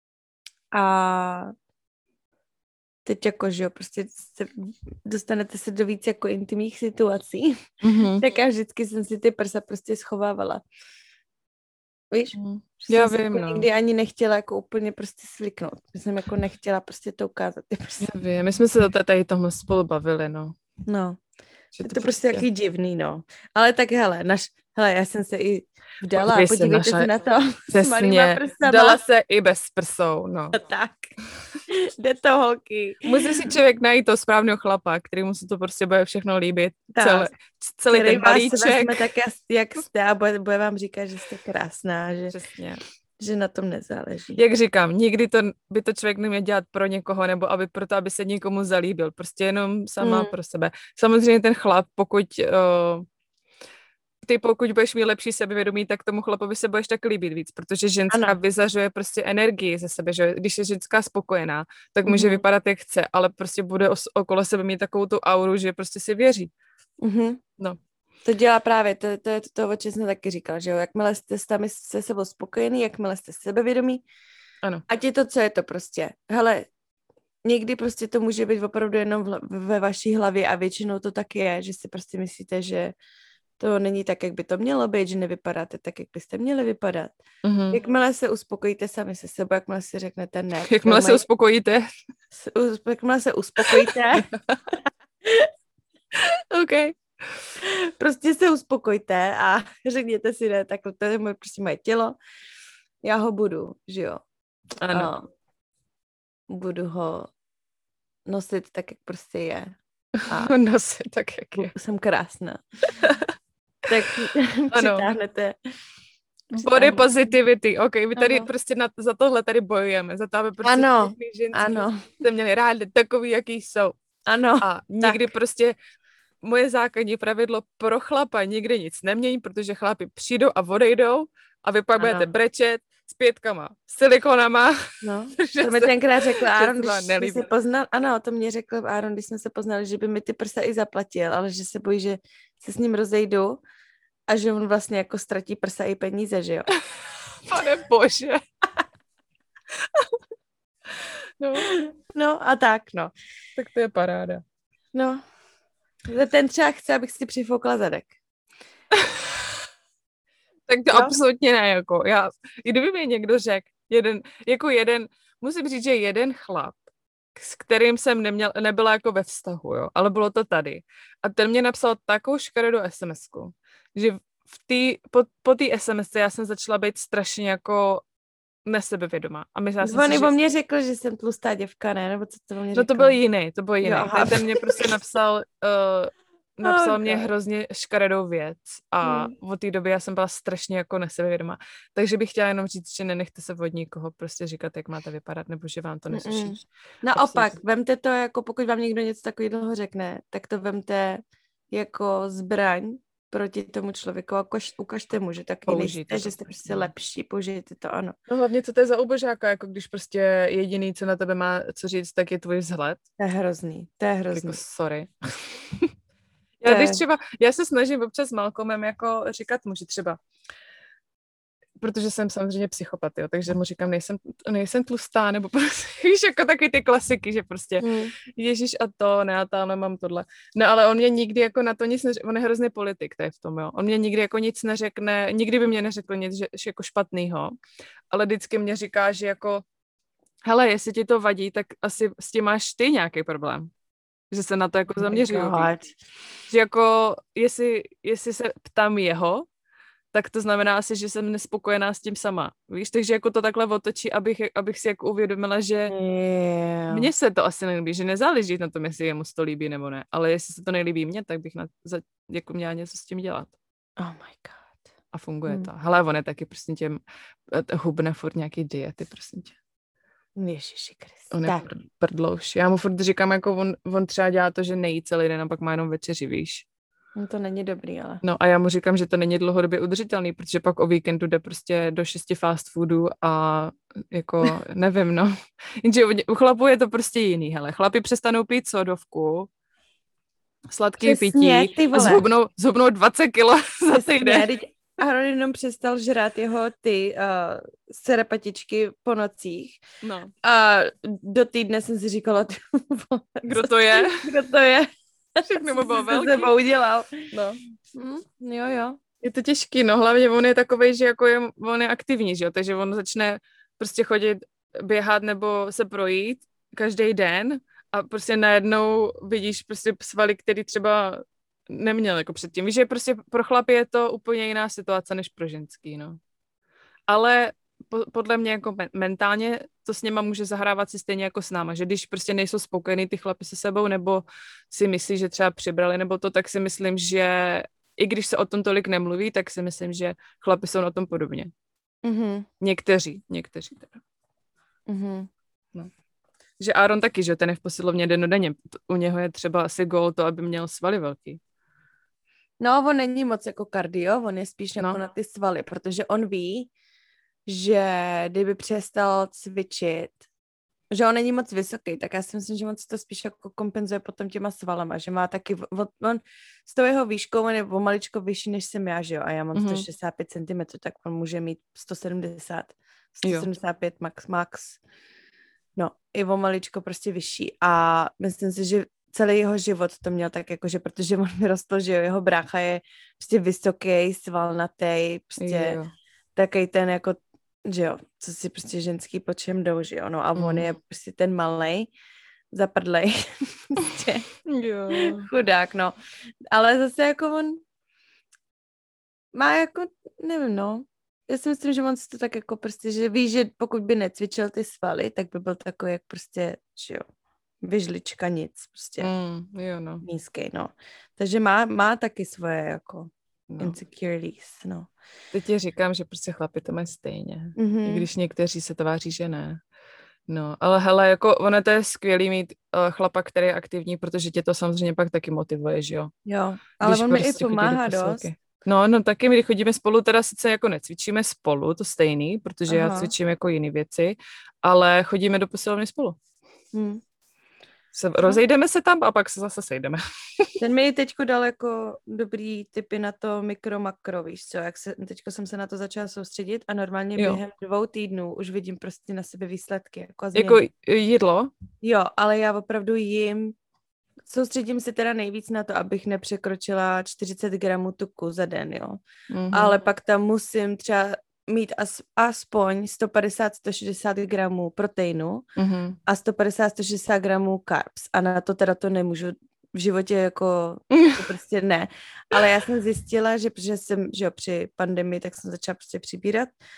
[SPEAKER 2] a teď jako, že jo, prostě dostanete se do víc jako intimních situací, tak já vždycky jsem si ty prsa prostě schovávala. Víš?
[SPEAKER 1] Já
[SPEAKER 2] jsem
[SPEAKER 1] vím,
[SPEAKER 2] jako nikdy ani nechtěla jako úplně prostě sliknout. Jsem jako nechtěla prostě to ukázat. Prostě...
[SPEAKER 1] Já vím, my jsme se tady tohle spolu bavili, no.
[SPEAKER 2] No, je to prostě taky divný, no. Ale tak hele, já jsem se i vdala, podívejte se na to.
[SPEAKER 1] Přesně, vdala se i bez prsou, no.
[SPEAKER 2] Tak, jde to, holky.
[SPEAKER 1] Musí si člověk najít to správného chlapa, kterýmu se to prostě bude všechno líbit. Celý ten balíček.
[SPEAKER 2] Který vás tak, jak jste a bude vám říkat, že jste krásná, že na tom nezáleží.
[SPEAKER 1] Jak říkám, nikdy by to člověk neměl dělat pro někoho, nebo aby se někomu zalíbil. Prostě jenom sama pro sebe. Samozřejmě ten chlap, pokud budeš mít lepší sebevědomí, tak tomu chlapovi se budeš tak líbit víc, protože ženská vyzařuje prostě energii ze sebe, že když je ženská spokojená, tak může vypadat jak chce, ale prostě bude okolo sebe mít takovou tu auru, že prostě si věří. No.
[SPEAKER 2] To dělá právě, to je to, o čem jsem taky říkal, že jo, jakmile jste sami se sebou spokojený, jakmile jste sebevědomí,
[SPEAKER 1] ano.
[SPEAKER 2] Ať je to, co je to prostě. Hele, někdy prostě to může být opravdu jenom ve vaší hlavě a většinou to tak je, že si prostě myslíte, že to není tak, jak by to mělo být, že nevypadáte tak, jak byste měli vypadat. Jakmile se uspokojíte sami se sebou, jakmile si řeknete ne.
[SPEAKER 1] Jakmile se uspokojíte.
[SPEAKER 2] Jakmile se uspokojíte.
[SPEAKER 1] OK.
[SPEAKER 2] Prostě se uspokojte a řekněte si, ne, takhle to je prostě moje tělo. Já ho budu, že jo.
[SPEAKER 1] Ano.
[SPEAKER 2] A budu ho nosit tak, jak prostě je.
[SPEAKER 1] A nosit tak, jak je.
[SPEAKER 2] Jsem krásná. Tak přitáhnete.
[SPEAKER 1] Body positivity, ok, my tady prostě za tohle tady bojujeme, za to, aby prostě ženský jste měli rádi takový, jaký jsou.
[SPEAKER 2] Ano.
[SPEAKER 1] A nikdy prostě moje základní pravidlo pro chlapa nikdy nic nemění, protože chlapi přijdou a odejdou a vy pak budete brečet s pětkama, silikonama.
[SPEAKER 2] No, to mi tenkrát řekl Aaron, když jsme se poznali, ano, to mě řekl Aaron, když jsme se poznali, že by mi ty prsa i zaplatil, ale že se bojí, že se s ním rozejdu a že on vlastně jako ztratí prsa i peníze, že jo.
[SPEAKER 1] Pane bože.
[SPEAKER 2] No a tak, no.
[SPEAKER 1] Tak to je paráda.
[SPEAKER 2] No, ten třeba chce, abych si přifoukla zadek.
[SPEAKER 1] Tak to absolutně ne, jako kdyby mi někdo řekl, musím říct, že jeden chlap, s kterým jsem nebyla jako ve vztahu, jo, ale bylo to tady. A ten mě napsal takovou škaredou SMS-ku, že po té SMS-ce já jsem začala být strašně jako nesebevědomá. A myslela jsem
[SPEAKER 2] On
[SPEAKER 1] si, že...
[SPEAKER 2] o mě řekl, že jsem tlustá děvka, ne? Nebo co to o mě
[SPEAKER 1] No
[SPEAKER 2] řekl?
[SPEAKER 1] to byl jiný.
[SPEAKER 2] Jo, aha.
[SPEAKER 1] Ten mě prostě napsal mě
[SPEAKER 2] God.
[SPEAKER 1] hrozně škaredou věc a od té doby já jsem byla strašně jako nesebevědomá. Takže bych chtěla jenom říct, že nenechte se od nikoho prostě říkat, jak máte vypadat, nebo že vám to nesluší.
[SPEAKER 2] Naopak, vemte to jako, pokud vám někdo něco takového řekne, tak to vemte jako zbraň proti tomu člověku a ukažte mu, že taky nejste, že jste prostě lepší, použijte to, ano.
[SPEAKER 1] No hlavně, co to je za ubožáka, jako když prostě jediný, co na tebe má co říct, tak je tvůj vzhled.
[SPEAKER 2] To je hrozný. Jako
[SPEAKER 1] sorry. Já se snažím občas s Malcolmem jako říkat mu, že třeba, protože jsem samozřejmě psychopat, jo, takže mu říkám, nejsem tlustá, nebo prostě, víš, jako taky ty klasiky, že prostě Ježíš a to, ne a tam nemám tohle. No ale on mě nikdy jako na to nic neřekne, on je hrozný politik, to je v tom, jo. On mě nikdy jako nic neřekne, nikdy by mě neřekl nic, že jako špatnýho, ale vždycky mě říká, že jako, hele, jestli ti to vadí, tak asi s tím máš ty nějaký problém. Že se na to jako zaměřuju. Že jako, jestli se ptám jeho, tak to znamená asi, že jsem nespokojená s tím sama. Víš, takže jako to takhle otočí, abych si jako uvědomila, že mně se to asi nelíbí, že nezáleží na tom, jestli jemu se to líbí nebo ne, ale jestli se to nelíbí mně, tak bych jako měla něco s tím dělat.
[SPEAKER 2] Oh my god.
[SPEAKER 1] A funguje to. Hele, on je taky prostě těm hubne furt nějaký diety, prosím tě.
[SPEAKER 2] Ježiši Kriste.
[SPEAKER 1] On je prdlouš. Já mu furt říkám, jako on třeba dělá to, že nejí celý den a pak má jenom večeři, víš.
[SPEAKER 2] No to není dobrý, ale.
[SPEAKER 1] No a já mu říkám, že to není dlouhodobě udržitelný, protože pak o víkendu jde prostě do 6 fast foodů a jako nevím, no. Jenže u chlapů je to prostě jiný, hele. Chlapi přestanou pít sodovku, sladký pití a zhubnou 20 kilo za týden.
[SPEAKER 2] A on jenom přestal žrát jeho ty serepatičky po nocích.
[SPEAKER 1] No.
[SPEAKER 2] A do týdne jsem si říkala,
[SPEAKER 1] kdo to je?
[SPEAKER 2] Kdo to je?
[SPEAKER 1] Všechno mu bylo velký.
[SPEAKER 2] Se sebou udělal.
[SPEAKER 1] No.
[SPEAKER 2] Jo.
[SPEAKER 1] Je to těžký, no. Hlavně on je takovej, že jako on je aktivní, že jo. Takže on začne prostě chodit, běhat nebo se projít každý den a prostě najednou vidíš prostě svaly, který třeba neměl jako předtím. Víš, že prostě pro chlapy je to úplně jiná situace než pro ženský, no. Ale podle mě jako mentálně to s něma může zahrávat si stejně jako s náma, že když prostě nejsou spokojení ty chlapi se sebou, nebo si myslí, že třeba přibrali, nebo to, tak si myslím, že i když se o tom tolik nemluví, tak si myslím, že chlapi jsou na tom podobně.
[SPEAKER 2] Mm-hmm.
[SPEAKER 1] Někteří teda.
[SPEAKER 2] Mm-hmm.
[SPEAKER 1] No. Že Aaron taky, že ten je v posilovně dennodenně. U něho je třeba asi gól to, aby měl svaly velký.
[SPEAKER 2] No, on není moc jako kardio, on je spíš jako na ty svaly, protože on ví, že kdyby přestal cvičit, že on není moc vysoký, tak já si myslím, že on si to spíš jako kompenzuje potom těma svalama, že má taky, on s tou jeho výškou, on je o maličko vyšší, než jsem já, že jo, a já mám 165 cm, tak on může mít 175 max. No, i o maličko prostě vyšší a myslím si, že celý jeho život to měl tak jakože, protože on vyrostl, že jo, jeho brácha je prostě vysoký, svalnatý, prostě takový ten jako, že jo, co si prostě ženský po čem jdou, že jo, no a on je prostě ten malej, zaprdlej, prostě chudák, no, ale zase jako on má jako, nevím, no, já si myslím, že on si to tak jako prostě, že ví, že pokud by necvičil ty svaly, tak by byl takový jak prostě, že jo, vyžlička nic, prostě nízký, no. Takže má taky svoje jako insecurities, no.
[SPEAKER 1] Teď ti říkám, že prostě chlapi to mají stejně, i když někteří se tváří, že ne. No, ale hele, jako ono to je skvělý mít chlapa, který je aktivní, protože tě to samozřejmě pak taky motivuje, že jo?
[SPEAKER 2] Jo, ale on mi i pomáhá dost.
[SPEAKER 1] No, taky my, když chodíme spolu, teda sice jako necvičíme spolu, to stejný, protože já cvičím jako jiný věci, ale chodíme do posilovny spolu. Rozejdeme se tam a pak se zase sejdeme.
[SPEAKER 2] Ten mi teďko dal jako dobrý tipy na to mikro-makro, víš co, teďko jsem se na to začala soustředit a normálně během 2 týdnů už vidím prostě na sebe výsledky.
[SPEAKER 1] Jako jídlo?
[SPEAKER 2] Jo, ale já opravdu soustředím se teda nejvíc na to, abych nepřekročila 40 gramů tuku za den, jo. Ale pak tam musím třeba mít aspoň 150-160 gramů proteinu a 150-160 gramů carbs. A na to teda to nemůžu v životě jako to prostě ne. Ale já jsem zjistila, že protože jsem, že jo, při pandemii, tak jsem začala prostě přibírat.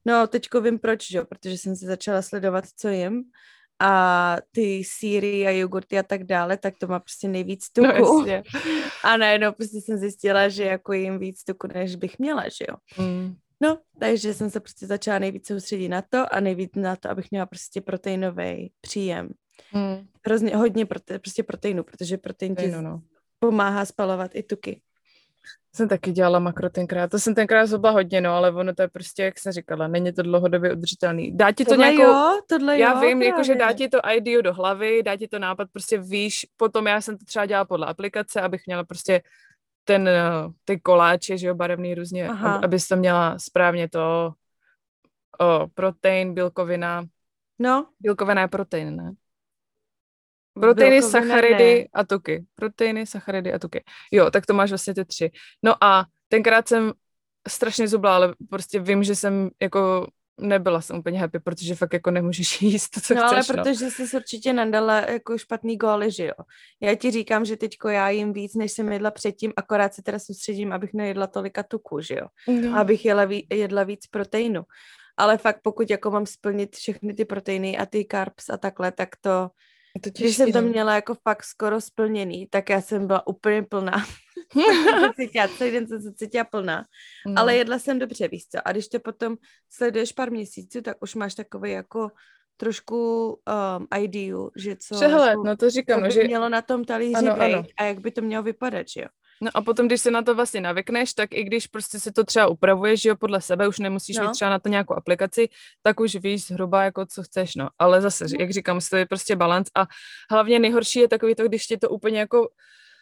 [SPEAKER 2] No, teďko vím proč, jo, protože jsem se začala sledovat, co jim. A ty sýry a jogurty a tak dále, tak to má prostě nejvíc
[SPEAKER 1] No
[SPEAKER 2] tuku.
[SPEAKER 1] jasně.
[SPEAKER 2] A najednou prostě jsem zjistila, že jako jim víc tuku, než bych měla, že jo.
[SPEAKER 1] Mm.
[SPEAKER 2] No, takže jsem se prostě začala nejvíc soustředit na to a nejvíc na to, abych měla prostě proteinový příjem. Hrozně hodně prostě proteinu, protože protein ti pomáhá spalovat i tuky.
[SPEAKER 1] Jsem taky dělala makro tenkrát. To jsem tenkrát zhubla hodně, no, ale ono to je prostě, jak jsem říkala, není to dlouhodobě udržitelný. Dá ti to nějakou... Já vím, jako, že dá ti to idea do hlavy, dá ti to nápad, prostě víš, potom já jsem to třeba dělala podle aplikace, abych měla prostě ty koláče, že jo, barevný různě, abys to měla správně to protein, bílkovina.
[SPEAKER 2] No.
[SPEAKER 1] Bílkovina je protein, ne? Proteiny, sacharidy a tuky. Proteiny, sacharidy a tuky. Jo, tak to máš vlastně ty 3. No a tenkrát jsem strašně zubla, ale prostě vím, že jsem jako nebyla jsem úplně happy, protože fakt jako nemůžeš jíst to, co chceš.
[SPEAKER 2] Ale protože jsi určitě nadala jako špatný góly, že jo. Já ti říkám, že teďko já jím víc, než jsem jedla předtím, akorát se teda soustředím, abych nejedla tolika tuku, že jo. No. Abych jedla víc proteinu. Ale fakt pokud jako mám splnit všechny ty proteiny a ty carbs a takhle, tak to když jsem to měla jako fakt skoro splněný, tak já jsem byla úplně plná. Celý den jsem se cítila plná. Ale jedla jsem dobře, víš co. A když to potom sleduješ pár měsíců, tak už máš takový jako trošku ideu, že co...
[SPEAKER 1] Přehled, no to říkám.
[SPEAKER 2] To by mělo na tom talíři být a jak by to mělo vypadat, že jo.
[SPEAKER 1] No a potom, když se na to vlastně navykneš, tak i když prostě se to třeba upravuješ, že jo, podle sebe, už nemusíš mít třeba na to nějakou aplikaci, tak už víš zhruba jako co chceš, no. Ale zase, jak říkám, to je prostě balanc a hlavně nejhorší je takový to, když ti to úplně jako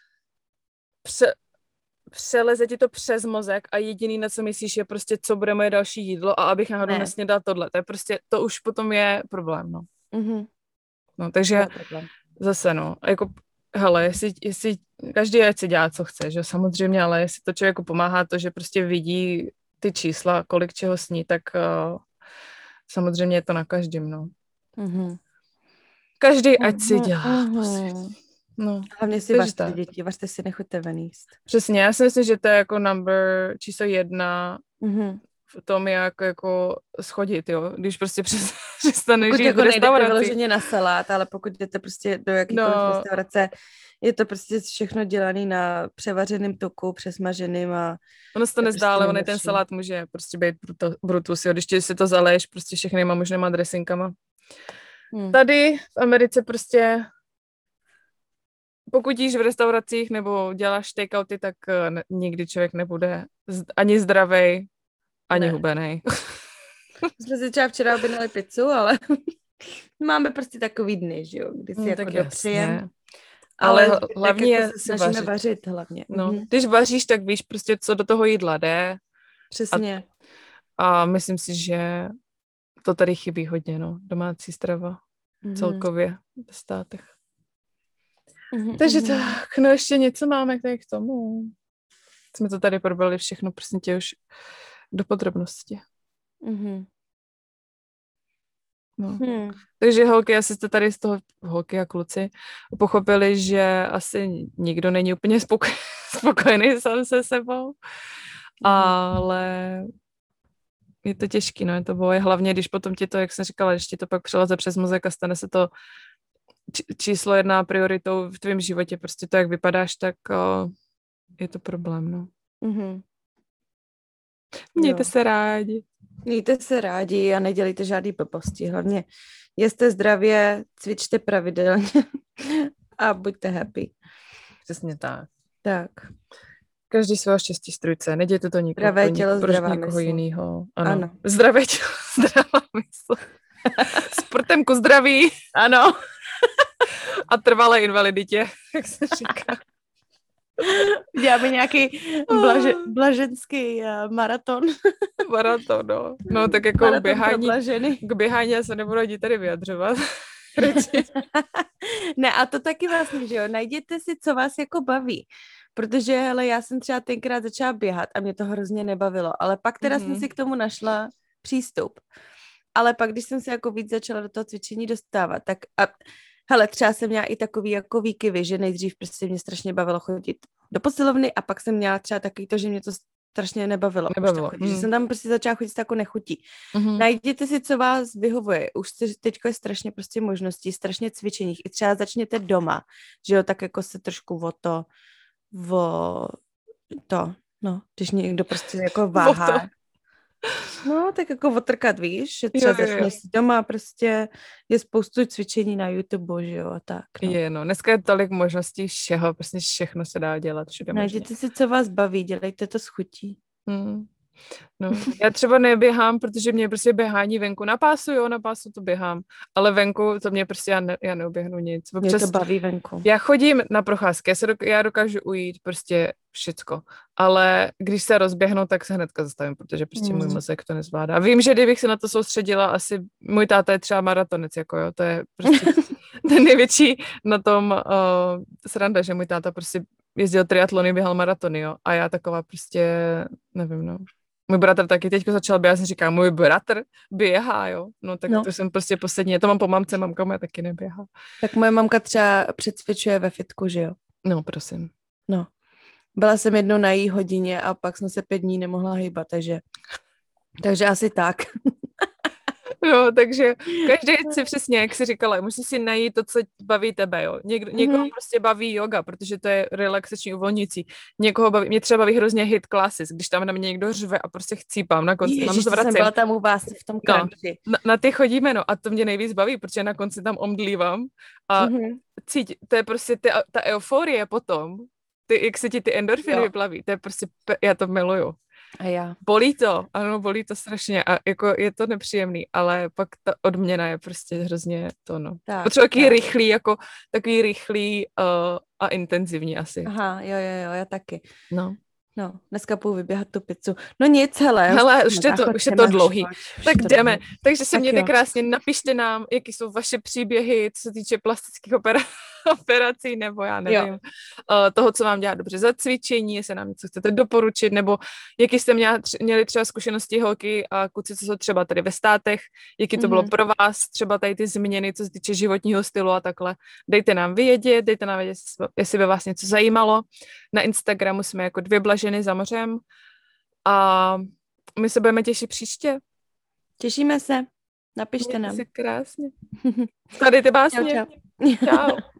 [SPEAKER 1] přeleze ti to přes mozek a jediný, na co myslíš, je prostě, co bude moje další jídlo a abych náhodou nesnědala tohle. To je prostě, to už potom je problém, no. No, takže zase, no, jako hele, jestli každý ať si dělá, co chce, že samozřejmě, ale jestli to člověku pomáhá to, že prostě vidí ty čísla, kolik čeho sní, tak samozřejmě je to na každém, no. Každý ať si dělá. No.
[SPEAKER 2] Hlavně si vařte děti, vařte si, nechoďte ven jíst.
[SPEAKER 1] Přesně, já si myslím, že to je jako číslo 1 v tom, jak jako schodit, jo, když prostě přestaneš jít v restauraci.
[SPEAKER 2] Vyloženě na salát, ale pokud jdete prostě do jakýkoliv restaurace, je to prostě všechno dělaný na převařeném tuku, přesmaženým a...
[SPEAKER 1] Ono se to nezdá, ale on ten salát může prostě být brutus, jo, když si to zaleješ prostě všechnýma možnýma dressinkama. Tady v Americe prostě pokud jíš v restauracích nebo děláš takeouty, tak nikdy člověk nebude ani zdravej, ani hubenej.
[SPEAKER 2] Jsme si třeba včera objednali pizzu, ale máme prostě takový dny, že jo, kdy si jako dopřejem.
[SPEAKER 1] Ale hlavně
[SPEAKER 2] jako se snažíme vařit hlavně.
[SPEAKER 1] No, když vaříš, tak víš prostě, co do toho jídla jde.
[SPEAKER 2] Přesně.
[SPEAKER 1] A myslím si, že to tady chybí hodně, no, domácí strava celkově ve státech. Takže tak, no ještě něco máme tady k tomu. Jsme to tady probrali všechno, prostě tě už do podrobnosti. No. Takže holky, asi jste tady z toho, holky a kluci, pochopili, že asi nikdo není úplně spokojený sám se sebou, ale je to těžký, no, je to boje, hlavně když potom ti to, jak jsem říkala, když ti to pak přeleze přes mozek a stane se to číslo 1 prioritou v tvém životě, prostě to, jak vypadáš, tak je to problém, no. Mějte se rádi.
[SPEAKER 2] Mějte se rádi a nedělejte žádný blbosti. Hlavně jeste zdravě, cvičte pravidelně a buďte happy.
[SPEAKER 1] Přesně tak.
[SPEAKER 2] Tak.
[SPEAKER 1] Každý svého štěstí strujce. Nedějte to nikoho,
[SPEAKER 2] zdravé tělo, zdravá
[SPEAKER 1] někoho jiného.
[SPEAKER 2] Ano.
[SPEAKER 1] Zdravé tělo, zdravá mysl. Sportem ku zdraví.
[SPEAKER 2] Ano.
[SPEAKER 1] A trvalé invaliditě, jak se říká.
[SPEAKER 2] Děláme nějaký blaženský maraton.
[SPEAKER 1] Maraton, no. No tak jako k běhání já se nebudu ani tady vyjadřovat.
[SPEAKER 2] Ne, a to taky vlastně, že jo, najděte si, co vás jako baví. Protože, hele, já jsem třeba tenkrát začala běhat a mě to hrozně nebavilo, ale pak teda jsem si k tomu našla přístup. Ale pak, když jsem se jako víc začala do toho cvičení dostávat, tak hele, třeba jsem měla i takový jako výkyvy, že nejdřív prostě mě strašně bavilo chodit do posilovny a pak jsem měla třeba takový to, že mě to strašně nebavilo. Že jsem tam prostě začala chodit jako nechutí. Najděte si, co vás vyhovuje. Už teď je strašně prostě možností, strašně cvičení. I třeba začněte doma, že jo, tak jako se trošku když někdo prostě jako váhá. No, tak jako otrkat, víš, že třeba začneš si doma, prostě je spoustu cvičení na YouTube, že jo, a tak. No.
[SPEAKER 1] Dneska je tolik možností všeho, prostě všechno se dá dělat všude možně.
[SPEAKER 2] Najděte si, co vás baví, dělejte to s chutí.
[SPEAKER 1] No, já třeba neběhám, protože mě prostě běhání venku na pásu to běhám, ale venku to mě prostě, já neuběhnu nic.
[SPEAKER 2] Mě to baví venku.
[SPEAKER 1] Já chodím na procházky, já dokážu ujít prostě všecko, ale když se rozběhnu, tak se hnedka zastavím, protože prostě můj mozek to nezvládá. Vím, že kdybych se na to soustředila, asi můj táta je třeba maratonec, jako jo, to je prostě ten největší na tom sranda, že můj táta prostě jezdil triatlony, běhal maratony, jo, a já taková prostě, nevím, no. Můj bratr taky teďko začal běhat, říká, můj bratr běhá, jo. No tak to jsem prostě poslední, to mám po mamce, mamka moje taky neběhá.
[SPEAKER 2] Tak moje mamka třeba přecvičuje ve fitku, že jo?
[SPEAKER 1] No, prosím.
[SPEAKER 2] No. Byla jsem jednou na její hodině a pak jsem se 5 dní nemohla hýbat, takže asi tak.
[SPEAKER 1] No, takže každý si přesně, jak jsi říkala, musí si najít to, co baví tebe, jo. Někoho prostě baví yoga, protože to je relaxační, uvolňující. Někoho baví, mě třeba baví hrozně hit classes, když tam na mě někdo řve a prostě chcípám, na konci tam zvracím.
[SPEAKER 2] Jsem byla tam u vás v tom kranči.
[SPEAKER 1] Na ty chodíme, no, a to mě nejvíc baví, protože na konci tam omdlívám a to je prostě ta euforie potom, jak se ti ty endorfiny vyplaví, to je prostě, já to miluju.
[SPEAKER 2] A já.
[SPEAKER 1] Bolí to strašně a jako je to nepříjemný, ale pak ta odměna je prostě hrozně to, no. Potřeba takový rychlý a intenzivní asi.
[SPEAKER 2] Aha, jo, já taky.
[SPEAKER 1] No,
[SPEAKER 2] dneska půjdu vyběhat tu pizzu. No nic, hele.
[SPEAKER 1] Už je to dlouhý. Tak jdeme. Takže se mějte krásně, napište nám, jaký jsou vaše příběhy, co se týče plastických operací, nebo já nevím, toho, co vám dělá dobře za cvičení, jestli nám něco chcete doporučit, nebo jaký jste měli třeba zkušenosti holky a kluci, co jsou třeba tady ve státech, jaký to bylo pro vás, třeba tady ty změny, co se týče životního stylu a takhle. Dejte nám vědět, jestli by vás něco zajímalo. Na Instagramu jsme jako 2 blaženy za mořem a my se budeme těšit příště.
[SPEAKER 2] Těšíme se. Napište nám.
[SPEAKER 1] Mějte se krásně. Tady ty básně.
[SPEAKER 2] Čau.